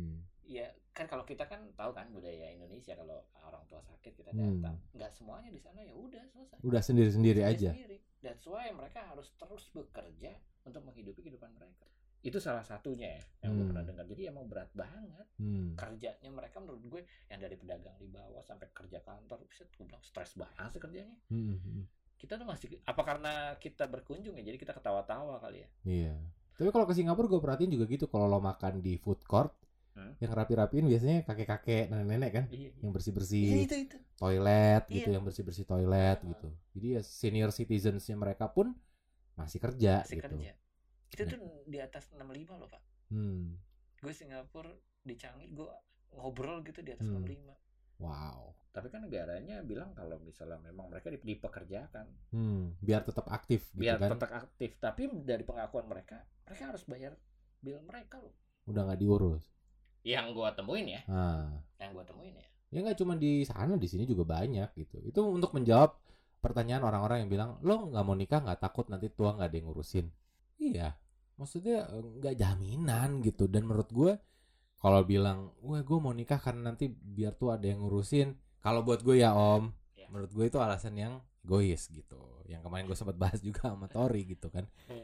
ya kan kalau kita kan tahu kan budaya Indonesia, kalau orang tua sakit kita Hmm. datang, nggak semuanya di sana ya udah selesai. Udah sendiri-sendiri aja. Sendiri. That's why mereka harus terus bekerja untuk menghidupi kehidupan mereka. Itu salah satunya ya yang gue Hmm. pernah dengar. Jadi emang berat banget Hmm. kerjanya mereka, menurut gue yang dari pedagang di bawah sampai kerja kantor, buset, gue bilang stres banget sih kerjanya. Hmm. Kita tuh masih, apa karena kita berkunjung ya, jadi kita ketawa-tawa kali ya. Iya. Tapi kalau ke Singapura gue perhatiin juga gitu, kalau lo makan di food court, Hmm? yang rapi-rapiin biasanya kakek-kakek, nenek-nenek kan, Iya, yang iya, bersih-bersih itu itu. toilet gitu, Iya. yang bersih-bersih toilet Ah. gitu. Jadi ya senior citizens-nya mereka pun masih kerja Masih gitu. kerja. Itu Nah. tuh di atas enam puluh lima loh Pak. Hmm. Gue Singapura di Changi, gue ngobrol gitu di atas Hmm. enam puluh lima. Wow. Tapi kan negaranya bilang kalau misalnya memang mereka dip- dipekerjakan Hmm. Biar tetap aktif gitu biar kan. tetap aktif, tapi dari pengakuan mereka, mereka harus bayar bill mereka loh. Udah nggak diurus. Yang gue temuin ya, Nah. yang gue temuin ya. Ya nggak cuma di sana, di sini juga banyak gitu. Itu untuk menjawab pertanyaan orang-orang yang bilang, lo nggak mau nikah nggak takut nanti tua nggak ada yang ngurusin? Iya, maksudnya eh, nggak jaminan gitu. Dan menurut gue, kalau bilang, wah gue mau nikah karena nanti biar tua ada yang ngurusin. Kalau buat gue ya Om, Ya. menurut gue itu alasan yang egois gitu. Yang kemarin gue sempat bahas juga sama Tori gitu kan.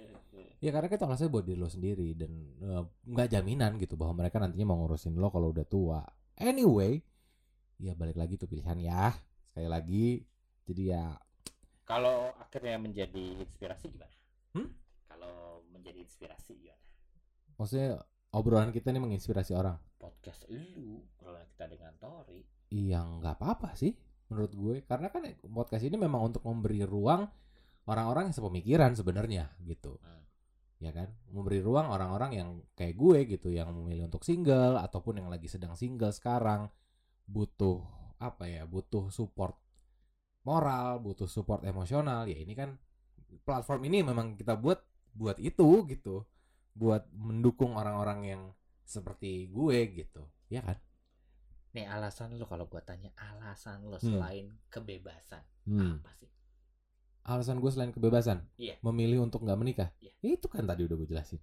Ya karena itu alasannya buat diri lo sendiri, dan eh, nggak jaminan gitu bahwa mereka nantinya mau ngurusin lo kalau udah tua. Anyway, ya balik lagi tuh pilihan ya. Sekali lagi, jadi ya Kalau akhirnya menjadi inspirasi gimana? Hmm? Kalau menjadi inspirasi gimana? maksudnya obrolan kita ini menginspirasi orang. Podcast lu, obrolan kita dengan Tori. Iya nggak apa-apa sih menurut gue, karena kan podcast ini memang untuk memberi ruang orang-orang yang sepemikiran sebenarnya gitu. Hmm. Ya kan, memberi ruang orang-orang yang kayak gue gitu, yang memilih untuk single ataupun yang lagi sedang single sekarang, butuh apa ya, butuh support moral, butuh support emosional. Ya ini kan platform ini memang kita buat buat itu gitu, buat mendukung orang-orang yang seperti gue gitu, ya kan? Nih alasan lu, kalau gua tanya alasan lu Hmm. selain kebebasan, Hmm. apa sih? Alasan gue selain kebebasan, Iya. memilih untuk nggak menikah, Iya. ya itu kan tadi udah gue jelasin.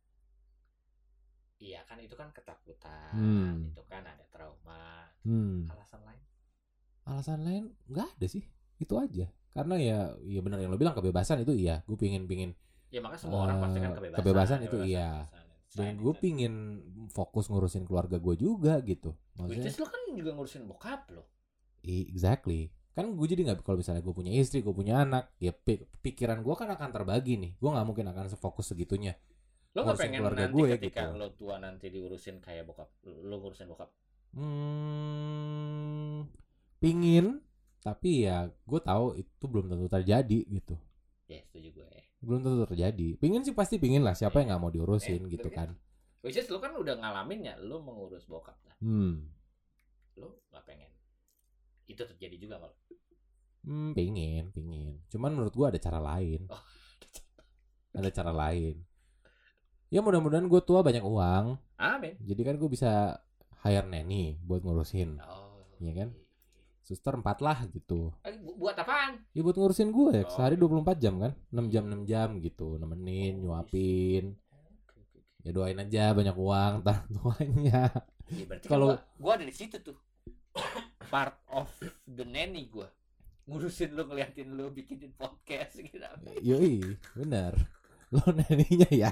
Iya kan, itu kan ketakutan, Hmm. itu kan ada trauma. Hmm. Alasan lain? Alasan lain nggak ada sih, itu aja. Karena ya, ya benar yang lo bilang, kebebasan itu iya, gue pingin pingin Ya makanya semua orang pasti kan Eh, kebebasan. kebebasan itu iya. kebebasan. dan Selain gue itu. pingin fokus ngurusin keluarga gue juga gitu. Which Maksudnya, is lu kan juga ngurusin bokap lo. i- exactly. Kan gue jadi nggak, kalau misalnya gue punya istri, gue punya anak, ya pi- pikiran gue kan akan terbagi nih. Gue nggak mungkin akan sefokus segitunya. Lo nggak Ngurusin pengen keluarga nanti gue ketika gitu. lo tua nanti diurusin kayak bokap, lo ngurusin bokap. Hmm, pingin, tapi ya gue tahu itu belum tentu terjadi gitu. Ya setuju gue. Belum tentu terjadi. Pingin sih pasti pingin lah. Siapa yang nggak mau diurusin Eh, gitu betul kan? kan? Which is lo kan udah ngalamin ya, lo mengurus bokap lah. Hmm, Lo nggak pengen itu terjadi juga malah. hmm pingin, pingin. Cuman menurut gue ada cara lain. Oh. Ada cara lain. Ya mudah-mudahan gue tua banyak uang. Amin. Jadi kan gue bisa hire nanny buat ngurusin. Oh. Iya kan? Suster empat lah gitu. Eh, bu- buat apaan? Ya buat ngurusin gue Oh. sehari dua puluh empat jam kan. enam jam enam jam gitu. Nemenin, Oh, nyuapin. Oke, oke, oke. Ya doain aja banyak uang ntar tuanya. Ya, berarti Kalau- kalau gua, gua ada di situ tuh. Part of the nanny gua. Ngurusin lu, ngeliatin lu bikinin podcast gitu. Yoi, benar. Lo nanninya ya.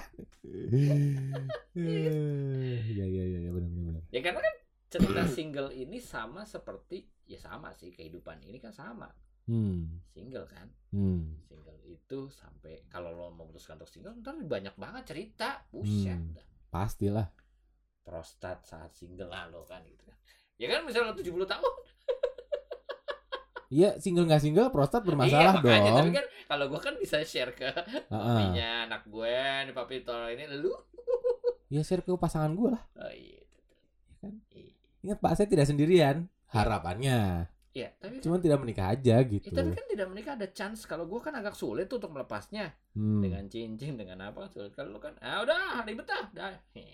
Ya ya ya ya benar benar. Ya karena kan cerita single ini sama seperti, ya sama sih, kehidupan ini kan sama. Hmm. Single kan. Hmm. Single itu sampai kalau lo memutuskan untuk single, ntar banyak banget cerita. Buset Hmm. dah. Pastilah. Prostat saat single lah lo kan gitu kan. Ya kan misalnya lo tujuh puluh tahun. Iya, single nggak single prostat bermasalah Iya, makanya, dong. tapi kan kalau gue kan bisa share ke Heeh. papinya anak gue, nih papi tol ini lu. Ya share ke pasangan gue lah. Oh iya. Kan? Iya. Ingat Pak, saya tidak sendirian. Harapannya. Iya, tapi Cuman tidak menikah aja gitu. eh, tapi kan tidak menikah ada chance. Kalau gue kan agak sulit tuh untuk melepasnya Hmm. dengan cincin, dengan apa kan sulit. Kalau lu kan, ah udah ribet dah, dah.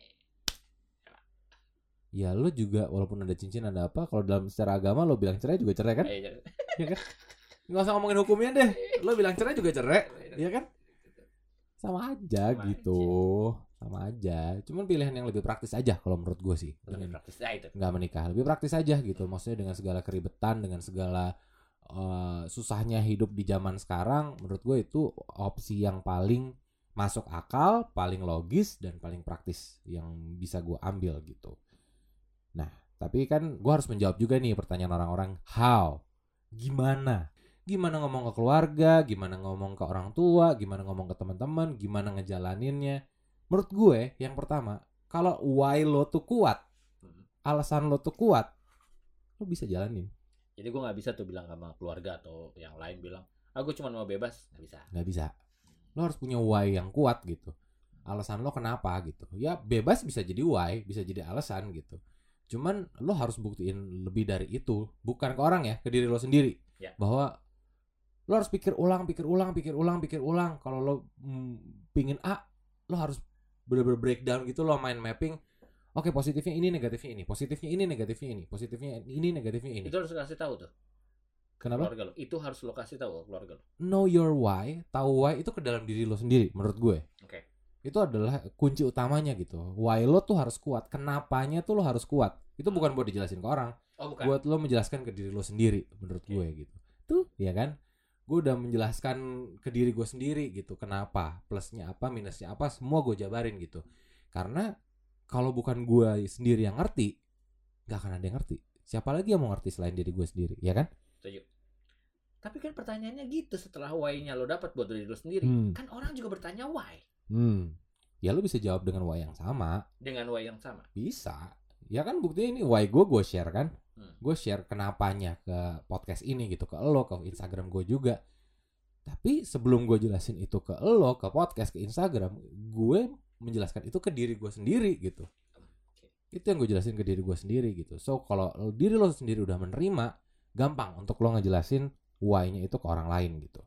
Ya lo juga walaupun ada cincin ada apa, kalau dalam secara agama lo bilang cerai juga cerai kan? Iya, Nggak usah ngomongin hukumnya deh. Lo bilang cerai juga cerai, iya kan? Sama aja Sama gitu. sama aja. Cuman pilihan yang lebih praktis aja kalau menurut gue sih. Lebih Dengan praktis ah, itu. nggak menikah, lebih praktis aja gitu. Maksudnya dengan segala keribetan, dengan segala uh, susahnya hidup di zaman sekarang, menurut gue itu opsi yang paling masuk akal, paling logis dan paling praktis yang bisa gue ambil gitu. Nah, tapi kan gue harus menjawab juga nih pertanyaan orang-orang, how? Gimana? Gimana ngomong ke keluarga, gimana ngomong ke orang tua, gimana ngomong ke teman-teman, gimana ngejalaninnya. Menurut gue yang pertama, kalau why lo tuh kuat, alasan lo tuh kuat, lo bisa jalanin. Jadi gue nggak bisa tuh bilang sama keluarga atau yang lain bilang, aku cuma mau bebas, nggak bisa. Nggak bisa. Lo harus punya why yang kuat gitu. Alasan lo kenapa gitu. Ya bebas bisa jadi why, bisa jadi alasan gitu. Cuman lo harus buktiin lebih dari itu, bukan ke orang ya, ke diri lo sendiri. Ya. Bahwa lo harus pikir ulang, pikir ulang, pikir ulang, pikir ulang. Kalau lo mm, pingin A, lo harus bener-bener breakdown gitu, lo main mapping. Oke, positifnya ini, negatifnya ini, positifnya ini, negatifnya ini, positifnya ini, negatifnya ini. Itu harus kasih tahu tuh. Kenapa? Keluarga lo. Itu harus lo kasih tahu ke keluarga lo. Know your why, tahu why itu ke dalam diri lo sendiri, menurut gue. Oke. Itu adalah kunci utamanya gitu. Why lo tuh harus kuat, kenapanya tuh lo harus kuat. Itu bukan buat dijelasin ke orang. Oh, bukan. Buat lo menjelaskan ke diri lo sendiri, menurut Oke. gue gitu. Tuh, ya kan? Gue udah menjelaskan ke diri gue sendiri gitu. Kenapa? Plusnya apa, minusnya apa, semua gue jabarin gitu. Karena kalau bukan gue sendiri yang ngerti, gak akan ada yang ngerti. Siapa lagi yang mau ngerti selain diri gue sendiri, ya kan? Setuju. Tapi kan pertanyaannya gitu, setelah why-nya lo dapat buat diri lo sendiri, Hmm. kan orang juga bertanya why. Hmm. Ya lo bisa jawab dengan why yang sama. Dengan why yang sama. Bisa. Ya kan buktinya ini why gue gue share kan. Hmm. Gue share kenapanya ke podcast ini gitu, ke lo, ke Instagram gue juga. Tapi sebelum gue jelasin itu ke lo, ke podcast, ke Instagram, gue menjelaskan itu ke diri gue sendiri gitu. Itu yang gue jelasin ke diri gue sendiri gitu. So kalau diri lo sendiri udah menerima, gampang untuk lo ngejelasin why-nya itu ke orang lain gitu.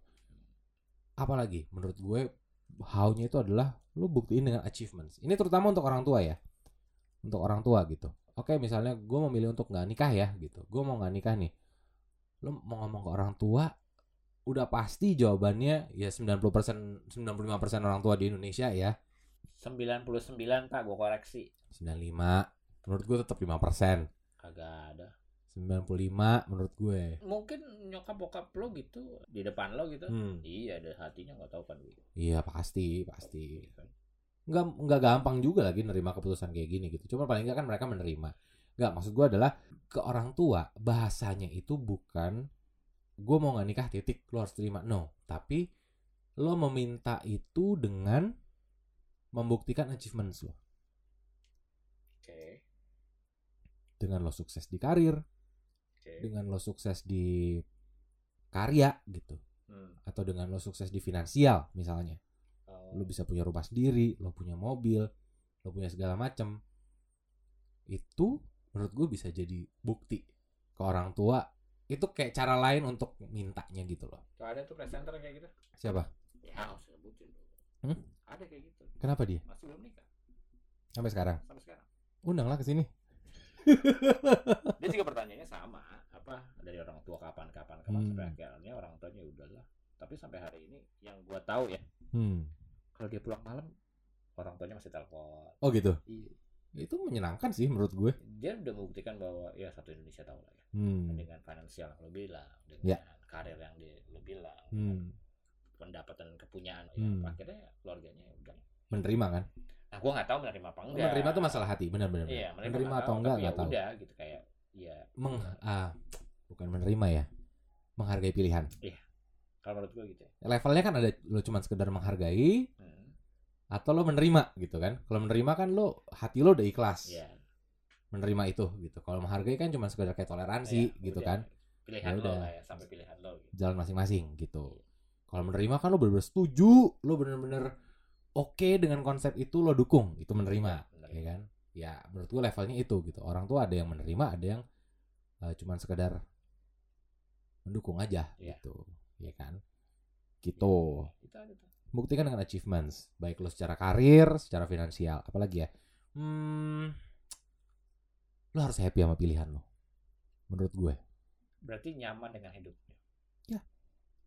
Apalagi menurut gue how-nya itu adalah lo buktiin dengan achievements. Ini terutama untuk orang tua ya. Untuk orang tua gitu. Oke, misalnya gue memilih untuk gak nikah ya gitu. Gue mau gak nikah nih. Lo mau ngomong ke orang tua, udah pasti jawabannya ya sembilan puluh persen, sembilan puluh lima persen orang tua di Indonesia ya. sembilan puluh sembilan Pak, gue koreksi. sembilan puluh lima. Menurut gue tetap lima persen. Kagak ada. sembilan puluh lima menurut gue. Mungkin nyokap bokap lo gitu di depan lo gitu. Hmm. Iya, ada hatinya nggak tahu kan. Iya pasti, pasti. Nggak, nggak gampang juga lagi nerima keputusan kayak gini gitu. Cuma paling nggak kan mereka menerima. Nggak, maksud gue adalah ke orang tua bahasanya itu bukan gue mau nggak nikah titik lo harus terima, no. Tapi lo meminta itu dengan membuktikan achievements lo. Oke. Dengan lo sukses di karir, Oke. dengan lo sukses di karya gitu, Hmm. atau dengan lo sukses di finansial misalnya. Oh. Lo bisa punya rumah sendiri, lo punya mobil, lo punya segala macam. Itu menurut gue bisa jadi bukti ke orang tua. Itu kayak cara lain untuk mintanya gitu loh. Tuh ada tuh presenter kayak gitu. Siapa? Ya, harus sebutin. Hmm? Ada kayak gitu. Kenapa dia? Masih belum nikah Sampai sekarang? sampai sekarang. Undanglah ke sini. Dia juga pertanyaannya sama, apa dari orang tua kapan kapan kapan Hmm. sampai akhirnya orang tuanya udahlah. Tapi sampai hari ini yang gua tahu ya, Hmm. kalau dia pulang malam orang tuanya masih telepon. Oh gitu. Iya. Itu menyenangkan sih menurut gue. Dia udah membuktikan bahwa ya satu Indonesia tahu lah ya. Hmm. Dengan finansial yang lo bilang, dengan Ya. karir yang dia lo bilang, Hmm. pendapatan kepunyaan, Hmm. ya, akhirnya keluarganya udah. Menerima kan? Nah, gua nggak tahu menerima apa enggak. Menerima tuh masalah hati, benar-benar. Iya, menerima, menerima nggak atau tahu, enggak tapi nggak ya tahu. udah gitu kayak ya Meng ah, bukan menerima ya. Menghargai pilihan. kalau menurut gua gitu ya. Levelnya kan ada lo cuma sekedar menghargai Hmm. atau lo menerima gitu kan. Kalau menerima kan lo hati lo udah ikhlas. Iya. Menerima itu gitu. Kalau menghargai kan cuma sekedar kayak toleransi Iya, gitu udah. kan. Pilihan Ya lo udah. lah ya, sampai pilihan lo gitu. Jalan masing-masing gitu. Kalau menerima kan lo bener-bener setuju, lo bener-bener oke dengan konsep itu, lo dukung, itu menerima, Menerima. ya kan? Ya menurut gue levelnya itu gitu. Orang tua ada yang menerima, ada yang uh, cuman sekedar mendukung aja Iya. gitu, ya kan? Gitu. Itu ada tuh. Buktikan dengan achievements, baik lo secara karir, secara finansial, apalagi ya. Hmm, lo harus happy sama pilihan lo. Menurut gue. Berarti nyaman dengan hidupnya.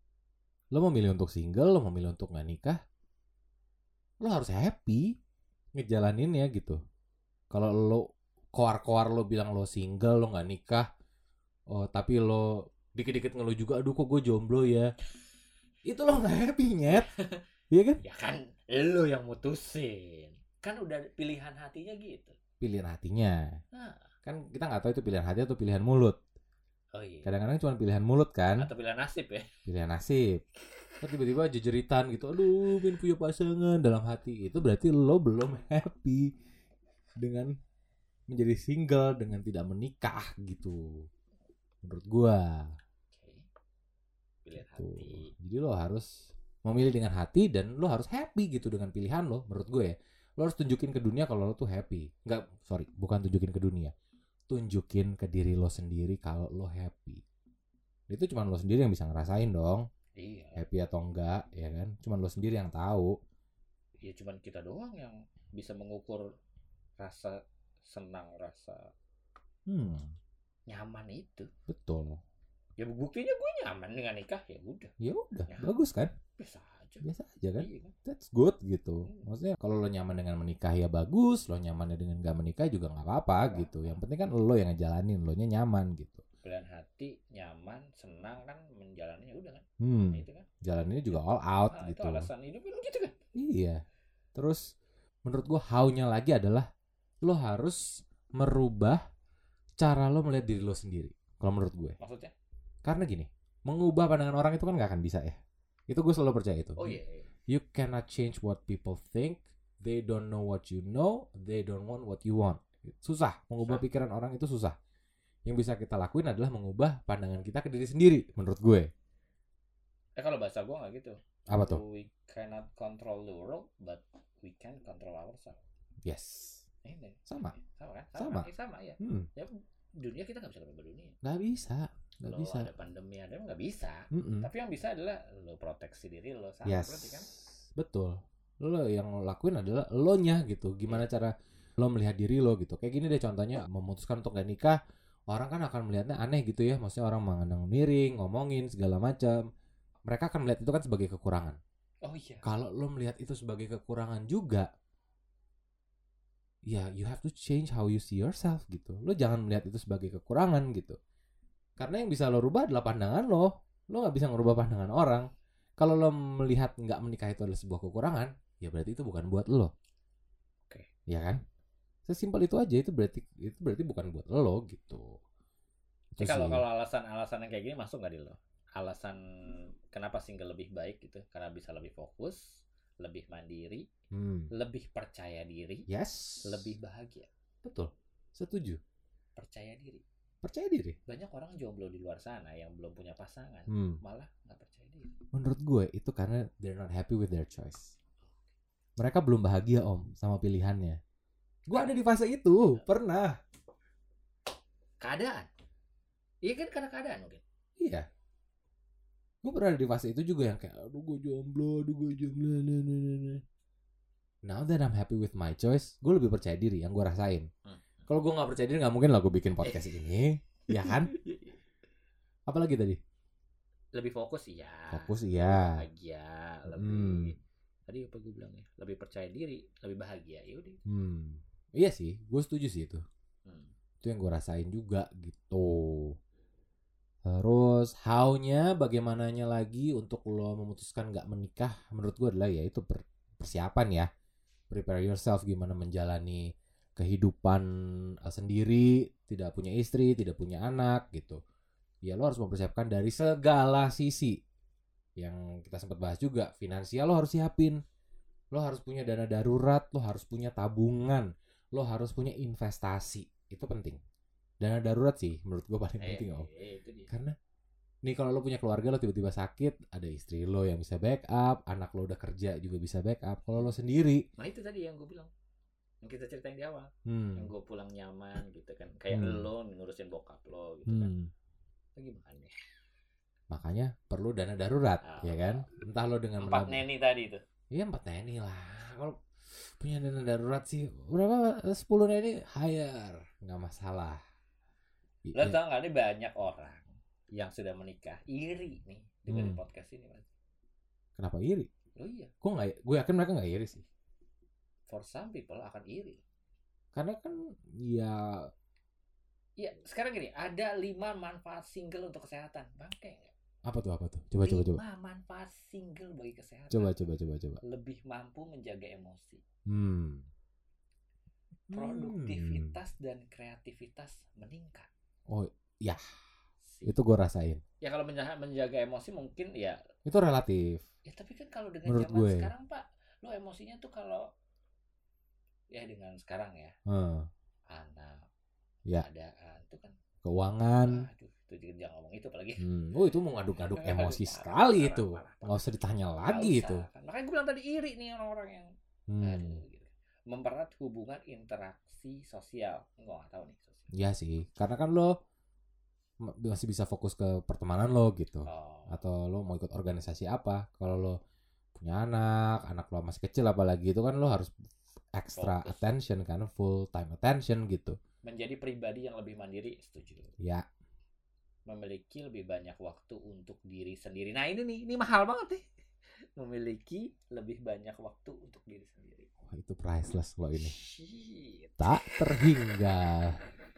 Lo mau milih untuk single, lo mau milih untuk gak nikah, lo harus happy. ngejalaninnya gitu. Kalau lo koar-koar lo bilang lo single, lo nggak nikah, oh tapi lo dikit-dikit ngeluh juga, aduh kok gue jomblo ya, itu lo nggak happy nyet, iya kan? Ya kan lo yang mutusin, kan udah pilihan hatinya gitu. Pilihan hatinya, Nah. kan kita nggak tahu itu pilihan hati atau pilihan mulut. Oh iya. Kadang-kadang cuma pilihan mulut kan, Atau pilihan nasib ya. pilihan nasib. Terus tiba-tiba jejeritan gitu, aduh pengen punya pasangan dalam hati, itu berarti lo belum happy dengan menjadi single, dengan tidak menikah gitu, menurut gua. Oke. Pilihan Tuh. hati. Jadi lo harus memilih dengan hati dan lo harus happy gitu dengan pilihan lo, menurut gue ya. Lo harus tunjukin ke dunia kalau lo tuh happy. Enggak, sorry, bukan tunjukin ke dunia. Tunjukin ke diri lo sendiri kalau lo happy. Itu cuma lo sendiri yang bisa ngerasain dong. Iya. Happy atau enggak, ya kan? Cuma lo sendiri yang tahu. Ya cuman kita doang yang bisa mengukur rasa senang, rasa Hmm, nyaman itu. betul. Ya buktinya gue nyaman dengan nikah, ya udah. Ya udah, Ya. bagus kan? Biasa aja. Biasa aja kan? Iya kan? That's good gitu. Maksudnya kalau lo nyaman dengan menikah ya bagus, lo nyamannya dengan gak menikah juga nggak apa-apa gitu. Yang penting kan lo yang ngejalanin, lo nya nyaman gitu. Pilihan hati, nyaman, senang kan menjalani, ya udah kan. Hmm, Nah, itu kan. jalaninnya juga all out Nah, gitu. itu alasan hidup kan gitu kan. Iya. Terus menurut gua how-nya lagi adalah lo harus merubah cara lo melihat diri lo sendiri. Kalau menurut gue. Maksudnya? Karena gini, mengubah pandangan orang itu kan nggak akan bisa ya. Itu gue selalu percaya itu. Oh iya. iya. You cannot change what people think. They don't know what you know. They don't want what you want. Susah. Mengubah Susah. pikiran orang itu susah. Yang bisa kita lakuin adalah mengubah pandangan kita ke diri sendiri. Menurut gue. Eh kalau bahasa gue nggak gitu. Apa tuh? We cannot control the world, but we can control ourselves. Yes. Ini Sama. sama kan? Sama. Sama, sama ya. Hmm. Ya dunia kita nggak bisa lebih dunia. Nggak bisa. Nggak Kalau bisa. ada pandemi ada nggak bisa. Mm-mm. Tapi yang bisa adalah lo proteksi diri lo, sama Yes. berarti kan? Betul. Lo yang lo lakuin adalah lo nya gitu. Gimana Iya. cara lo melihat diri lo gitu. Kayak gini deh contohnya, memutuskan untuk gak nikah, orang kan akan melihatnya aneh gitu ya. Maksudnya orang memandang miring, ngomongin segala macam. Mereka akan melihat itu kan sebagai kekurangan. Oh iya. Kalau lo melihat itu sebagai kekurangan juga, ya you have to change how you see yourself gitu. Lo jangan melihat itu sebagai kekurangan gitu. Karena yang bisa lo rubah adalah pandangan lo. Lo gak bisa ngerubah pandangan orang. Kalau lo melihat nggak menikah itu adalah sebuah kekurangan, ya berarti itu bukan buat lo. Oke. Ya kan? Sesimpel itu aja. Itu berarti itu berarti bukan buat lo gitu. Itu Jadi kalau sih. kalau alasan-alasan yang kayak gini masuk nggak di lo? Alasan kenapa single lebih baik gitu? Karena bisa lebih fokus, lebih mandiri, Hmm. lebih percaya diri, Yes. lebih bahagia. Betul. Setuju. Percaya diri. Percaya diri. Banyak orang jomblo di luar sana yang belum punya pasangan, Hmm. malah nggak percaya diri. Menurut gue itu karena they're not happy with their choice. Mereka belum bahagia om sama pilihannya. Gue ada di fase itu, pernah. Keadaan. Iya kan karena keadaan mungkin. Iya. Gue pernah ada di fase itu juga yang kayak, aduh gue jomblo, aduh gue jomblo, nah, nah, nah, nah. Now that I'm happy with my choice, gue lebih percaya diri yang gue rasain. Hmm. Kalau gue nggak percaya diri, nggak mungkin lah gue bikin podcast ini, ya kan? Apalagi tadi? Lebih fokus iya. Fokus iya. Bahagia, lebih. Hmm. Tadi apa gue bilang ya? Lebih percaya diri, lebih bahagia. Ya udah. Hmm. Iya sih, gue setuju sih itu. Hmm. Itu yang gue rasain juga gitu. Terus how-nya bagaimananya lagi untuk lo memutuskan gak menikah, menurut gue adalah ya itu per- persiapan ya. Prepare yourself gimana menjalani kehidupan uh, sendiri, tidak punya istri, tidak punya anak gitu. Ya lo harus mempersiapkan dari segala sisi. Yang kita sempat bahas juga, finansial lo harus siapin. Lo harus punya dana darurat, lo harus punya tabungan, lo harus punya investasi. Itu penting. Dana darurat sih menurut gue paling Eh, penting om. eh, itu dia. Karena nih kalau lo punya keluarga, lo tiba-tiba sakit, ada istri lo yang bisa backup, anak lo udah kerja juga bisa backup. Kalau lo sendiri, Nah itu tadi yang gue bilang, yang kita ceritain di awal, hmm, yang gue pulang nyaman gitu kan, kayak Hmm. lo ngurusin bokap lo gitu kan, hmm, lagi gimana? makanya perlu dana darurat, Ah. ya kan? Entah lo dengan Empat menabung- neni tadi itu. Iya empat neni lah. Kalau punya dana darurat sih berapa? Sepuluh neni hire, nggak masalah. I- Lo ya, tau gak nih banyak orang yang sudah menikah iri nih dengerin Hmm. podcast ini Mas. kenapa iri? Oh iya. Gue nggak, gue yakin mereka nggak iri sih. for some people akan iri. Karena kan ya Ya sekarang gini, ada lima manfaat single untuk kesehatan. Bangke nggak? apa tuh apa tuh? Coba coba coba. Lima manfaat single bagi kesehatan. Coba coba coba coba. Lebih mampu menjaga emosi. Hmm. Produktivitas hmm. dan kreativitas meningkat. Oh ya, Si. itu gue rasain. Ya kalau menjaga, menjaga emosi mungkin ya. Itu relatif. Ya tapi kan kalau dengan menurut zaman gue. sekarang Pak, lo emosinya tuh kalau ya dengan sekarang ya, Hmm. anak, ya. keadaan itu kan. Keuangan. Aduh, itu jangan ngomong itu apalagi. Hmm. Oh itu mau ngaduk-ngaduk emosi Parah, sekali parah, itu. parah, parah. Nggak usah ditanya Nggak lagi usah, itu. kan. Makanya gue bilang tadi iri nih orang-orang yang Hmm. aduh, gitu. Mempererat hubungan interaksi sosial. Gue nggak tahu nih sosial. Iya sih, karena kan lo masih bisa fokus ke pertemanan lo gitu. Oh. Atau lo mau ikut organisasi apa. Kalau lo punya anak, anak lo masih kecil apalagi itu kan lo harus extra Fokus. attention kan, full time attention gitu. Menjadi pribadi yang lebih mandiri, setuju. Ya. Memiliki lebih banyak waktu untuk diri sendiri. Nah ini nih, ini mahal banget nih. Memiliki lebih banyak waktu untuk diri sendiri. Wah, itu priceless lo ini. Shit. Tak terhingga.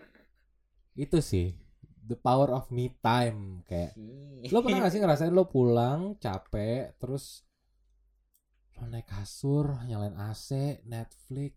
Itu sih the power of me time. Kayak Shit. lo pernah gak sih ngerasain lo pulang capek terus lo naik kasur nyalain A C Netflix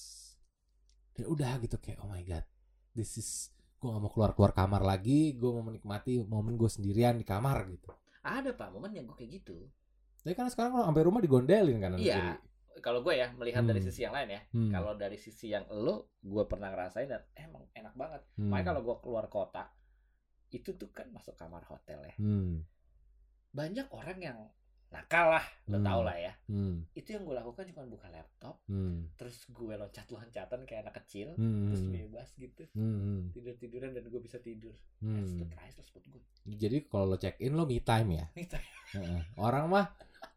dan udah gitu kayak oh my god this is gue gak mau keluar-keluar kamar lagi, gue mau menikmati momen gue sendirian di kamar gitu. Ada Pak momen yang gue kayak gitu. Tapi kan sekarang lo sampai rumah digondelin kan. Iya. Kalau gue ya melihat Hmm. dari sisi yang lain ya. Hmm. Kalau dari sisi yang lo, gue pernah ngerasain dan emang enak banget. Hmm. Makanya kalau gue keluar kota, itu tuh kan masuk kamar hotel ya. Hmm. Banyak orang yang nakal lah, lo Hmm. tau lah ya. Hmm. Itu yang gue lakukan cuma buka laptop, Hmm. terus gue loncat-loncatan kayak anak kecil, Hmm. terus bebas gitu, Hmm. tidur-tiduran dan gue bisa tidur. Hmm. Itu priceless buat gue. Jadi kalau lo check in lo me time ya. Heeh. Orang mah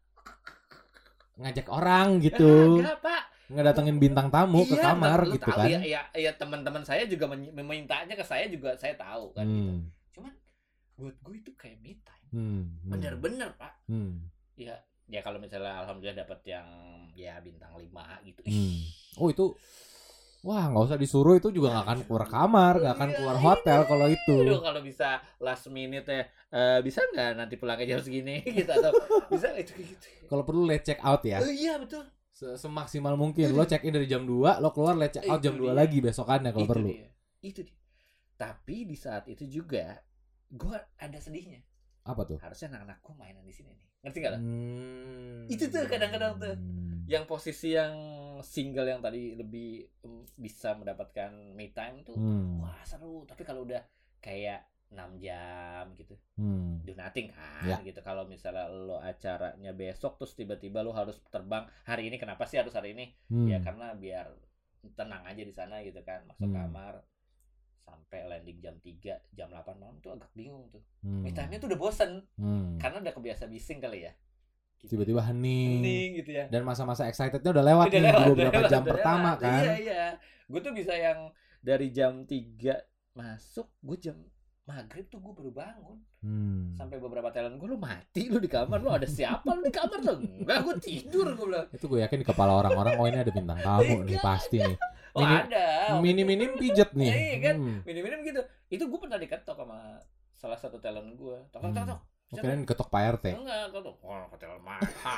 ngajak orang gitu. Enggak Pak. Ngedatengin bintang tamu ke Iya, kamar lu gitu tahu, kan. Ya, ya, ya teman-teman saya juga men- memintanya ke saya juga saya tahu kan gitu. Hmm. Cuman buat gue itu kayak me time. Hmm. Bener-bener Pak. Hmm. Ya, ya kalau misalnya alhamdulillah dapat yang ya bintang lima gitu. Hmm. Oh itu, wah nggak usah disuruh itu juga nggak akan keluar kamar, nggak akan keluar hotel kalau itu. Aduh, kalau bisa last minute ya, eh, bisa nggak nanti pulangnya jam segini gitu atau bisa nggak itu kayak gitu. Kalau perlu late check out ya. Oh, iya betul. Se- Semaksimal mungkin. Lo check in dari jam dua, lo keluar late check out Itu jam dua dia. lagi besokannya kalau Itu perlu. dia. Itu dia. Tapi di saat itu juga gue ada sedihnya. Apa tuh? Harusnya anak-anak gue mainan di sini nih. Ngerti nggak lo? Hmm. Itu tuh kadang-kadang tuh. Hmm. Yang posisi yang single yang tadi lebih um, bisa mendapatkan me time tuh Hmm. wah seru. Tapi kalau udah kayak enam jam gitu Hmm. do nothing kan Ya. gitu. Kalau misalnya lo acaranya besok terus tiba-tiba lo harus terbang hari ini, kenapa sih harus hari ini? Hmm. Ya karena biar tenang aja di sana gitu kan, masuk Hmm. kamar sampai landing jam tiga, jam delapan malam tuh agak bingung tuh. Hmm. Me time-nya tuh udah bosen Hmm. karena udah kebiasa bising kali ya. Gitu. Tiba-tiba hening. Hening gitu ya. Dan masa-masa excitednya udah lewat Udah nih lewat, di udah beberapa lewat, jam udah pertama lewat. kan. Iya iya. Gue tuh bisa yang dari jam tiga masuk, gue jam maghrib tuh gue baru bangun. Hmm. Sampai beberapa talent gue, lu mati lu di kamar, lu ada siapa lu di kamar tuh? Enggak, gue tidur gue bilang. Itu gue yakin di kepala orang-orang oh ini ada bintang tamu nih Enggak, pasti nih. Oh Minim- ada. Minim-minim pijet nih. Iya kan, Hmm. minim-minim gitu. Itu gue pernah diketok sama salah satu talent gue. Tok tok tok tok. Oh, kirain ketok Pak R T. Enggak, ketok. Oh, hotel mahal.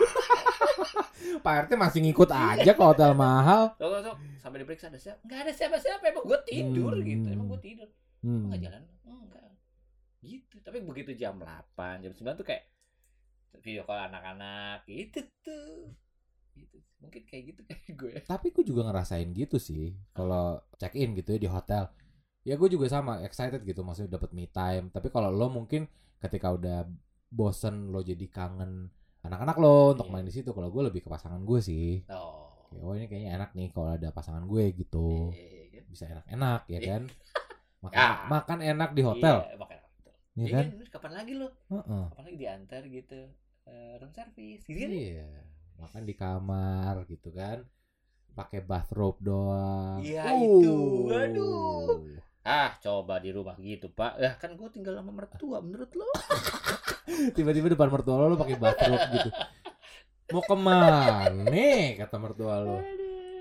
Pak R T masih ngikut aja ke hotel mahal. Tok tok tok. Sampai diperiksa ada siapa? Enggak ada siapa-siapa, emang gue tidur Hmm. gitu. Emang gue tidur. Hmm. Enggak jalan. Enggak. Gitu. Tapi begitu jam delapan, jam sembilan tuh kayak video call anak-anak gitu tuh. Gitu. Mungkin kayak gitu kayak gue. Tapi gue juga ngerasain gitu sih. Kalau check in gitu ya di hotel. Ya gue juga sama excited gitu maksudnya dapat me time. Tapi kalau lo mungkin ketika udah bosen lo jadi kangen anak-anak lo untuk Iya. main di situ. Kalau gue lebih ke pasangan gue sih. Oh. Kayak, oh ini kayaknya enak nih kalau ada pasangan gue gitu. Iya, kan? Bisa enak-enak ya Iya. kan. Makan, Ya. makan enak di hotel. Iya, makan enak betul. Iya Iya kan? kan? Kapan lagi lo? Heeh. Kapan lagi diantar gitu? Eh, room service gitu kan? Iya. Makan di kamar gitu kan. Pakai bathrobe doang. Iya, Uh. itu. Aduh. Ah, coba di rumah gitu, Pak. Ya kan gue tinggal sama mertua, menurut lo? Tiba-tiba depan mertua lo, lo pakai bathrobe gitu. Mau kemana? Kata mertua lo. Aduh.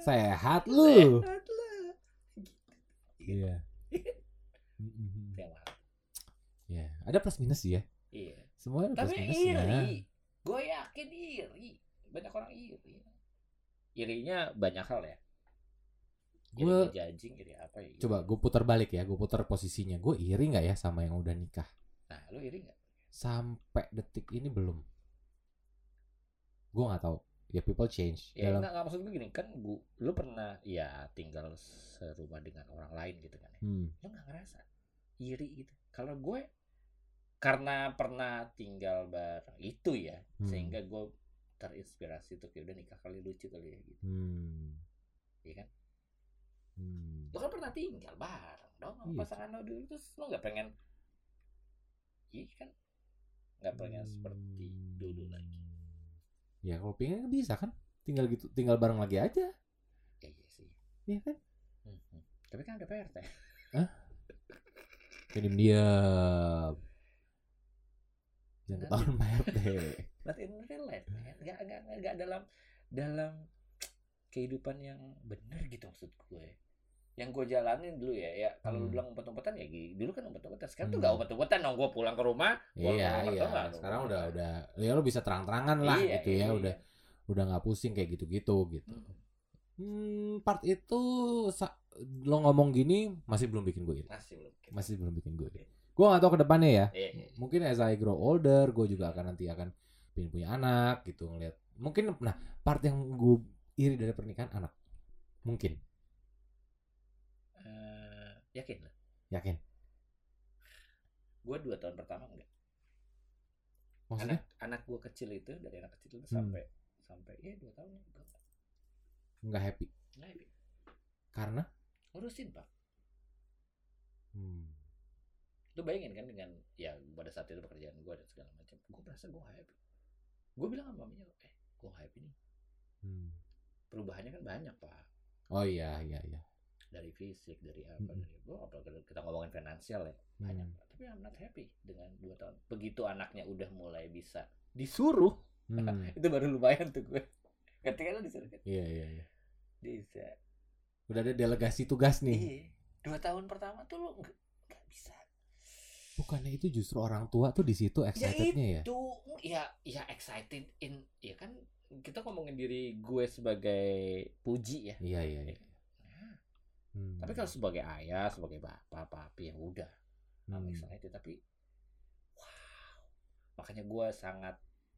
Sehat lu. Sehat lu. Iya. Itu yang mahal. Ya, ada plus minus sih ya. Iya. Semuanya ada plus Tapi minusnya. iri. Gue yakin iri. Banyak orang iri. Irinya banyak hal ya. Gue iri judging, iri apa ya? coba gue putar balik ya, gue putar posisinya. Gue iri nggak ya sama yang udah nikah? Nah, lu iri nggak? Sampai detik ini belum. Gue nggak tahu. Ya people change. Ya dalam... enggak, enggak maksud gue gini kan, gua, lu pernah ya tinggal serumah dengan orang lain gitu kan ya. Hmm. Lu nggak ngerasa iri gitu. Kalau gue karena pernah tinggal bareng itu ya, Hmm. sehingga gue terinspirasi tuh kayak udah nikah kali lucu kali ya gitu. Hmm. Iya kan? Hmm. Lu kan pernah tinggal bareng dong sama Iya. pasangan lo dulu, terus lu nggak pengen, iya kan, nggak pengen seperti dulu lagi. Ya kalau pengen bisa kan, tinggal gitu, tinggal bareng lagi aja. Ya, iya sih. Iya kan? Hmm. Tapi kan ada P R T. Diam diam. Jangan ketahuan P R T. Not in real life, man. Gak, gak, gak, gak dalam dalam kehidupan yang benar gitu maksud gue. Yang gue jalanin dulu ya, ya kalau Hmm. lu bilang umpet-umpetan ya dulu kan umpet-umpetan. Sekarang tuh Hmm. gak umpet-umpetan dong, gue pulang ke rumah. gua Iya ke iya. kamar, tuh, Sekarang gua- udah udah ya lo bisa terang-terangan lah Iya, gitu ya, iya. udah udah nggak pusing kayak gitu-gitu gitu. Hmm. Hmm, part itu sa- lo ngomong gini masih belum bikin gue iri. Masih belum. Masih belum bikin gue iri. Gue nggak tahu ke depannya ya. Iya, iya. Mungkin as I grow older, gue juga akan nanti akan pengen punya anak gitu, ngeliat. Mungkin nah part yang gue iri dari pernikahan anak. Mungkin. Eh, yakin lah. Yakin. Gue dua tahun pertama enggak. Maksudnya? Anak anak gue kecil itu dari anak kecil itu Hmm. sampai sampai ya dua tahun gue enggak. Nggak happy. Nggak happy. Karena? Urusin pak. Hmm. Lu bayangin kan dengan ya pada saat itu pekerjaan gue dan segala macam, gue merasa gue nggak happy. Gue bilang sama maminya, eh gue nggak happy nih. Hmm. Perubahannya kan banyak pak, Oh iya iya iya. dari fisik, dari apa, Hmm. dari gue apalagi kita ngomongin finansial ya banyak. Hmm. Pak. Tapi I'm not happy dengan dua tahun. Begitu anaknya udah mulai bisa disuruh, Hmm. itu baru lumayan tuh gue. Ketika lu disuruh kan, Iya iya iya. bisa. Udah ada delegasi tugas nih. Iya, dua tahun pertama tuh lu nggak nggak bisa. Bukannya itu justru orang tua tuh di situ excitednya ya? Itu ya ya excited in ya kan kita ngomongin diri gue sebagai puji ya. Iya iya iya. Nah, Hmm. tapi kalau sebagai ayah, sebagai bapak, papi ya udah, I'm Hmm. excited. Tapi wow, makanya gue sangat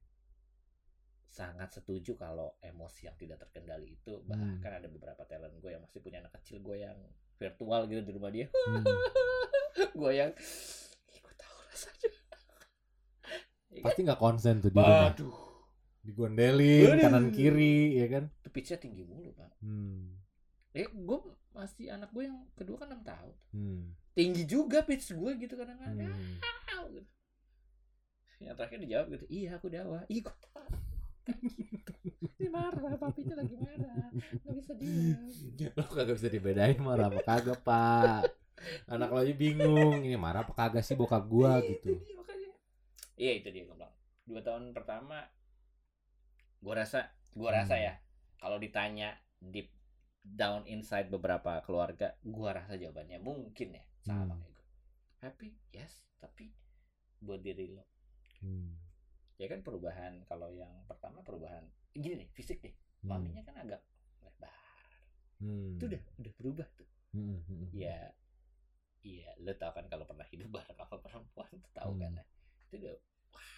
sangat setuju kalau emosi yang tidak terkendali itu. Hmm. Bahkan ada beberapa talent gue yang masih punya anak kecil, gue yang virtual gitu di rumah dia. Hmm. Gue yang "Ih, gue tahu rasanya. Ya kan? Pasti nggak konsen tuh di rumah. Aduh, Digondelin Aduh. kanan kiri ya kan? itu pitch-nya tinggi mulu pak. Hmm. Eh, gue masih anak gue yang kedua kan enam tahun. Hmm. Tinggi juga pitch gue gitu kadang-kadang. Hmm. Ah, gitu. Yang terakhir dijawab gitu, iya aku dawa. Ih, gue tahu. Gitu. Ini marah, papinya lagi marah. Gak bisa diam. Lo kagak bisa dibedain marah apa kagak pak. Anak lo aja bingung ini marah apa kagak sih bokap gua Iya, gitu. itu dia, makanya. Iya itu dia gue bilang. Dua tahun pertama, gue rasa, gue rasa Hmm. ya, kalau ditanya deep down inside beberapa keluarga, gue rasa jawabannya mungkin ya sama Hmm. kayak gue. Happy, yes, tapi buat diri lo. Hmm. Ya kan perubahan, kalau yang pertama perubahan gini nih, fisik deh. Maminya kan agak lebar. Hmm. Itu udah udah berubah tuh. Hmm. Hmm. Ya, iya, lo tau kan kalau pernah hidup bareng sama perempuan tuh tahu Hmm. kan. Nah, itu udah wah.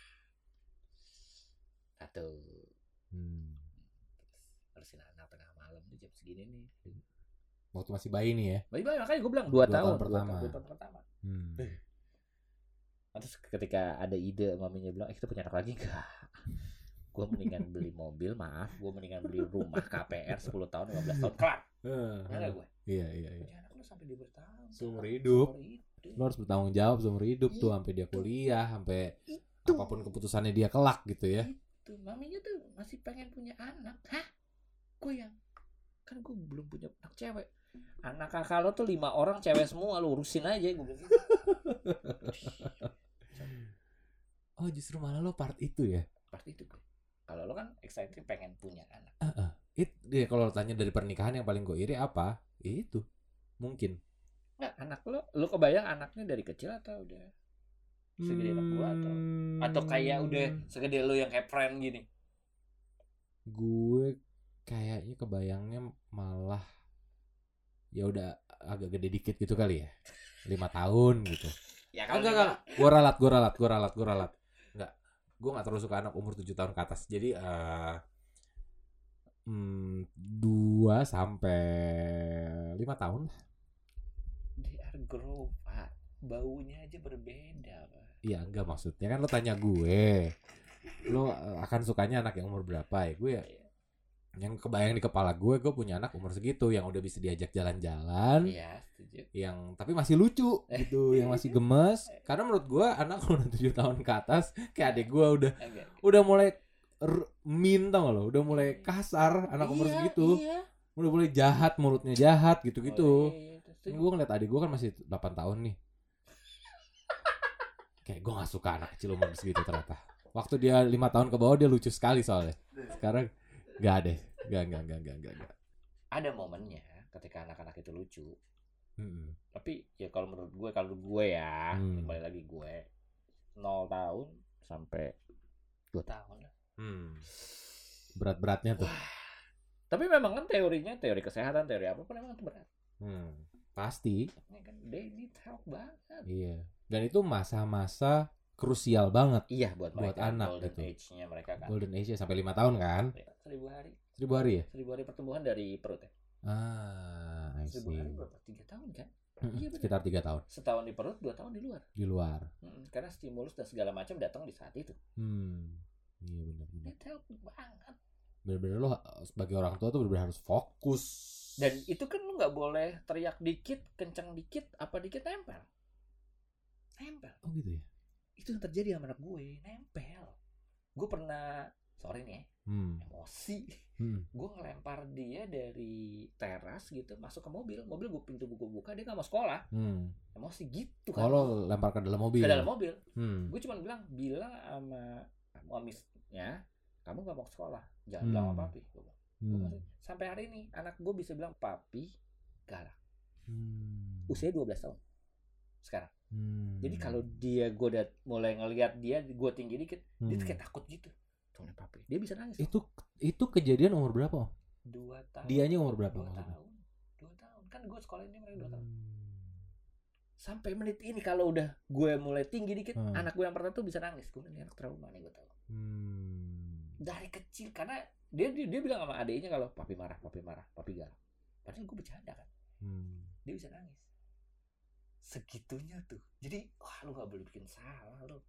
Satu. Hmm. Terus harusin anak tengah malam tuh jam segini nih. Waktu masih bayi nih ya. Bayi-bayi makanya gue bilang dua, Dua tahun tahun, pertama. Dua, tahun, dua tahun pertama. Hmm. Nah, terus ketika ada ide maminya bilang, eh kita punya anak lagi enggak? Gue mendingan beli mobil, maaf, gue mendingan beli rumah K P R sepuluh tahun, lima belas tahun, kelar. Eh, Enggak gue. Iya iya iya. Punya anak lu sampai dia bertahun. Seumur tahun, hidup. seumur hidup. Lo harus bertanggung jawab seumur hidup tuh Itu. sampai dia kuliah, sampai Itu. apapun keputusannya dia kelak gitu ya. Itu maminya tuh masih pengen punya anak. Hah? Gue yang kan gue belum punya anak cewek. Anak kakak lo tuh lima orang cewek semua, lu urusin aja gue bilang. Oh justru malah lo part itu ya. Pasti itu gue. Kalau lo kan excited pengen punya anak. Uh-uh. It dia kalau tanya dari pernikahan yang paling gue iri apa? Itu mungkin. Nggak, anak lo, lo kebayang anaknya dari kecil atau udah segede anak gua atau atau kayak udah segede lo yang kayak friend gini? Gue kayaknya kebayangnya malah ya udah agak gede dikit gitu kali ya, lima tahun gitu. Ya Enggak enggak, gue ralat, gue ralat, gue ralat, gue ralat. Enggak, gue nggak terlalu suka anak umur tujuh tahun ke atas. Jadi uh, hmm, dua sampai lima tahun. They are grow, Pak. Baunya aja berbeda, Pak. Iya enggak, maksudnya kan lo tanya gue, lo akan sukanya anak yang umur berapa ya? Gue ya, yang kebayang di kepala gue, gue punya anak umur segitu yang udah bisa diajak jalan-jalan. Iya, setuju. Yang tapi masih lucu gitu, yang masih gemes. Karena menurut gue anak udah tujuh tahun ke atas, kayak adik gue udah Agak. udah mulai r- mean, tau gak lo? Udah mulai kasar anak umur Iya, segitu. Iya. Udah mulai jahat, mulutnya jahat gitu-gitu. Oh, iya, iya, setuju. Gue ngeliat adik gue kan masih delapan tahun nih. Kayak gue gak suka anak kecil umur segitu ternyata. Waktu dia lima tahun ke bawah dia lucu sekali soalnya. Sekarang gak deh. Gak, gak, gak, gak, gak, gak. Ada momennya ketika anak-anak itu lucu. Hmm. Tapi ya kalau menurut gue, kalau gue ya, Hmm. kembali lagi gue nol tahun sampai dua tahun lah. Hmm. Berat-beratnya tuh. Wah. Tapi memang kan teorinya, teori kesehatan, teori apapun memang itu berat. Hmm. Pasti. Ya kan, they need help banget. Iya. Dan itu masa-masa krusial banget. Iya buat, Buat mereka, anak golden gitu. age-nya mereka kan. Golden age sampai lima tahun kan? Seribu hari. Seribu hari ya? Seribu hari pertumbuhan dari perut ya. Ah, I Seribu see. hari berapa? Tiga tahun kan? Mm-mm, Iya, bener. sekitar tiga tahun. Setahun di perut, dua tahun di luar. Di luar. Mm, karena stimulus dan segala macam datang di saat itu. Hmm. Iya benar-benar. Need help banget. Benar-benar lo sebagai orang tua tuh benar-benar harus fokus. Dan itu kan lu nggak boleh teriak dikit, kencang dikit, apa dikit nempel. Nempel. Oh gitu ya. Itu yang terjadi sama anak gue, nempel. Gue pernah, sorry nih, Hmm. emosi. Hmm. Gue ngelempar dia dari teras gitu, masuk ke mobil. Mobil gue pintu gue buka, dia nggak mau sekolah. Hmm. Emosi gitu kan. Kalau lempar ke dalam mobil. Ke dalam mobil. Hmm. Gue cuma bilang, bilang sama mamisnya, kamu nggak mau ke sekolah, jangan Hmm. bilang sama papi. Gua bilang. Hmm. Sampai hari ini anak gue bisa bilang papi galak. Hmm. Usia dua belas tahun sekarang. Hmm. Jadi kalau dia gue udah mulai ngelihat dia, gue tinggi dikit, Hmm. dia tuh kayak takut gitu. Tuh papi, dia bisa nangis. itu itu kejadian umur berapa? Om? Dua tahun. Dianya umur berapa? Dua maksudnya? tahun. Dua tahun. Kan gue sekolah ini mereka dua tahun. Hmm. Sampai menit ini kalau udah gue mulai tinggi dikit, Hmm. anak gue yang pertama tuh bisa nangis. Gue ini anak trauma nih gue tahu. Hmm. Dari kecil karena dia dia, dia bilang sama adiknya kalau papi marah, papi marah, papi galak. Padahal gue bercanda kan. Hmm. Dia bisa nangis. Segitunya tuh. Jadi wah lu gak boleh bikin salah lu.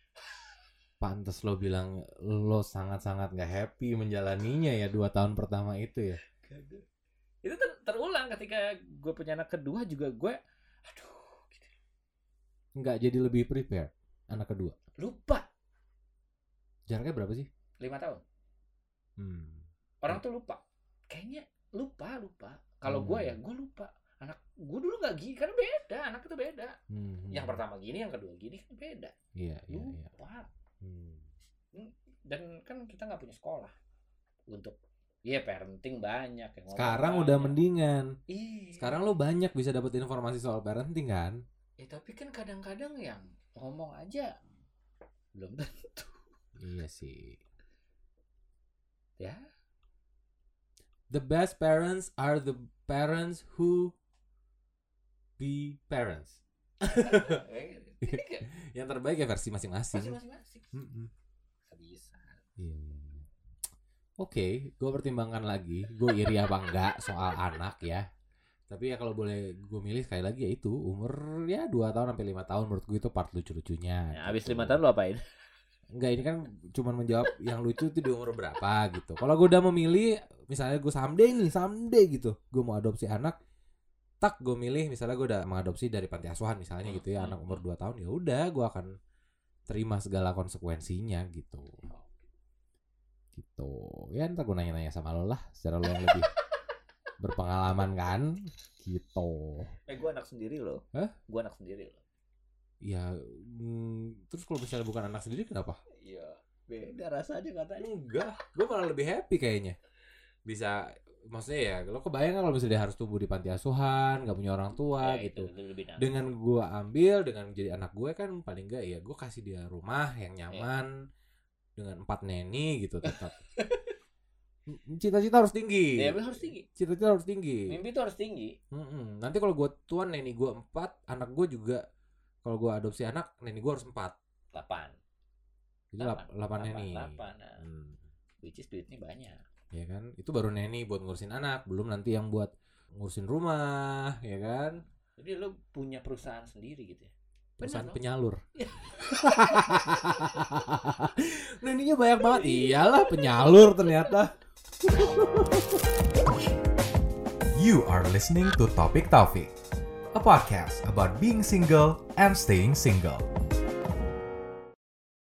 Pantes lo bilang lo sangat-sangat gak happy menjalaninya ya dua tahun pertama itu ya. Itu ter- terulang ketika gue punya anak kedua juga gue aduh gitu. Nggak jadi lebih prepare anak kedua. Lupa. Jaraknya berapa sih? Lima tahun. Hmm. Orang tuh lupa. Kayaknya lupa lupa. Kalau Hmm. gue ya gue lupa. Anak gue dulu nggak gini karena beda. Anak itu beda. Hmm. Yang pertama gini, yang kedua gini kan beda. Iya iya iya. Lupa. Hmm. Dan kan kita nggak punya sekolah untuk ya parenting banyak yang ngomong Sekarang udah banyak. mendingan. Iya. Sekarang lo banyak bisa dapat informasi soal parenting kan? Eh tapi kan kadang-kadang yang ngomong aja belum tentu. Iya sih. Ya. The best parents are the parents who be parents. Yang terbaik ya versi masing-masing. Masih masing-masing. Mm-mm. Nggak bisa. Iya, iya, iya. Oke, gue pertimbangkan lagi. Gue iri apa enggak soal anak ya. Tapi ya kalau boleh gue milih sekali lagi ya itu umur ya dua tahun sampai lima tahun menurut gue itu part lucu-lucunya. Ya, abis gitu. lima tahun lo apain? Enggak, ini kan cuman menjawab yang lucu itu di umur berapa gitu. Kalau gue udah memilih, misalnya gue someday nih, someday gitu, gue mau adopsi anak, tak gue milih misalnya gue udah mengadopsi dari panti asuhan misalnya gitu ya, anak umur dua tahun, ya udah gue akan terima segala konsekuensinya gitu. Gitu. Ya ntar gue nanya-nanya sama lo lah, secara lo yang lebih berpengalaman kan, gitu. Eh gue anak sendiri loh. Hah? Gue anak sendiri loh. Ya, mm, terus kalau misalnya bukan anak sendiri kenapa? Iya. Beda rasanya katanya. Enggak, gue malah lebih happy kayaknya. Bisa maksudnya ya lo kebayang kan kalau misalnya dia harus tumbuh di panti asuhan, nggak punya orang tua Ya, gitu. itu, itu lebih nangis. Dengan gue ambil, dengan jadi anak gue kan paling nggak ya gue kasih dia rumah yang nyaman ya. Dengan empat neni gitu tetap. Cita-cita harus tinggi. Ya, harus tinggi. Cita-cita harus tinggi. Mimpi itu harus tinggi. Mm-mm. Nanti kalau gue tua neni gue empat, anak gue juga kalau gue adopsi anak neni gue harus empat. Delapan. Jadi delapan neni. Delapan. Nah. Hmm. Which is duitnya banyak. Ya kan, itu baru neni buat ngurusin anak, belum nanti yang buat ngurusin rumah, ya kan. Jadi lo punya perusahaan sendiri gitu ya. Perusahaan Benar, penyalur. Neninya banyak banget. Iyalah penyalur ternyata. You are listening to Topik Taufik, a podcast about being single and staying single.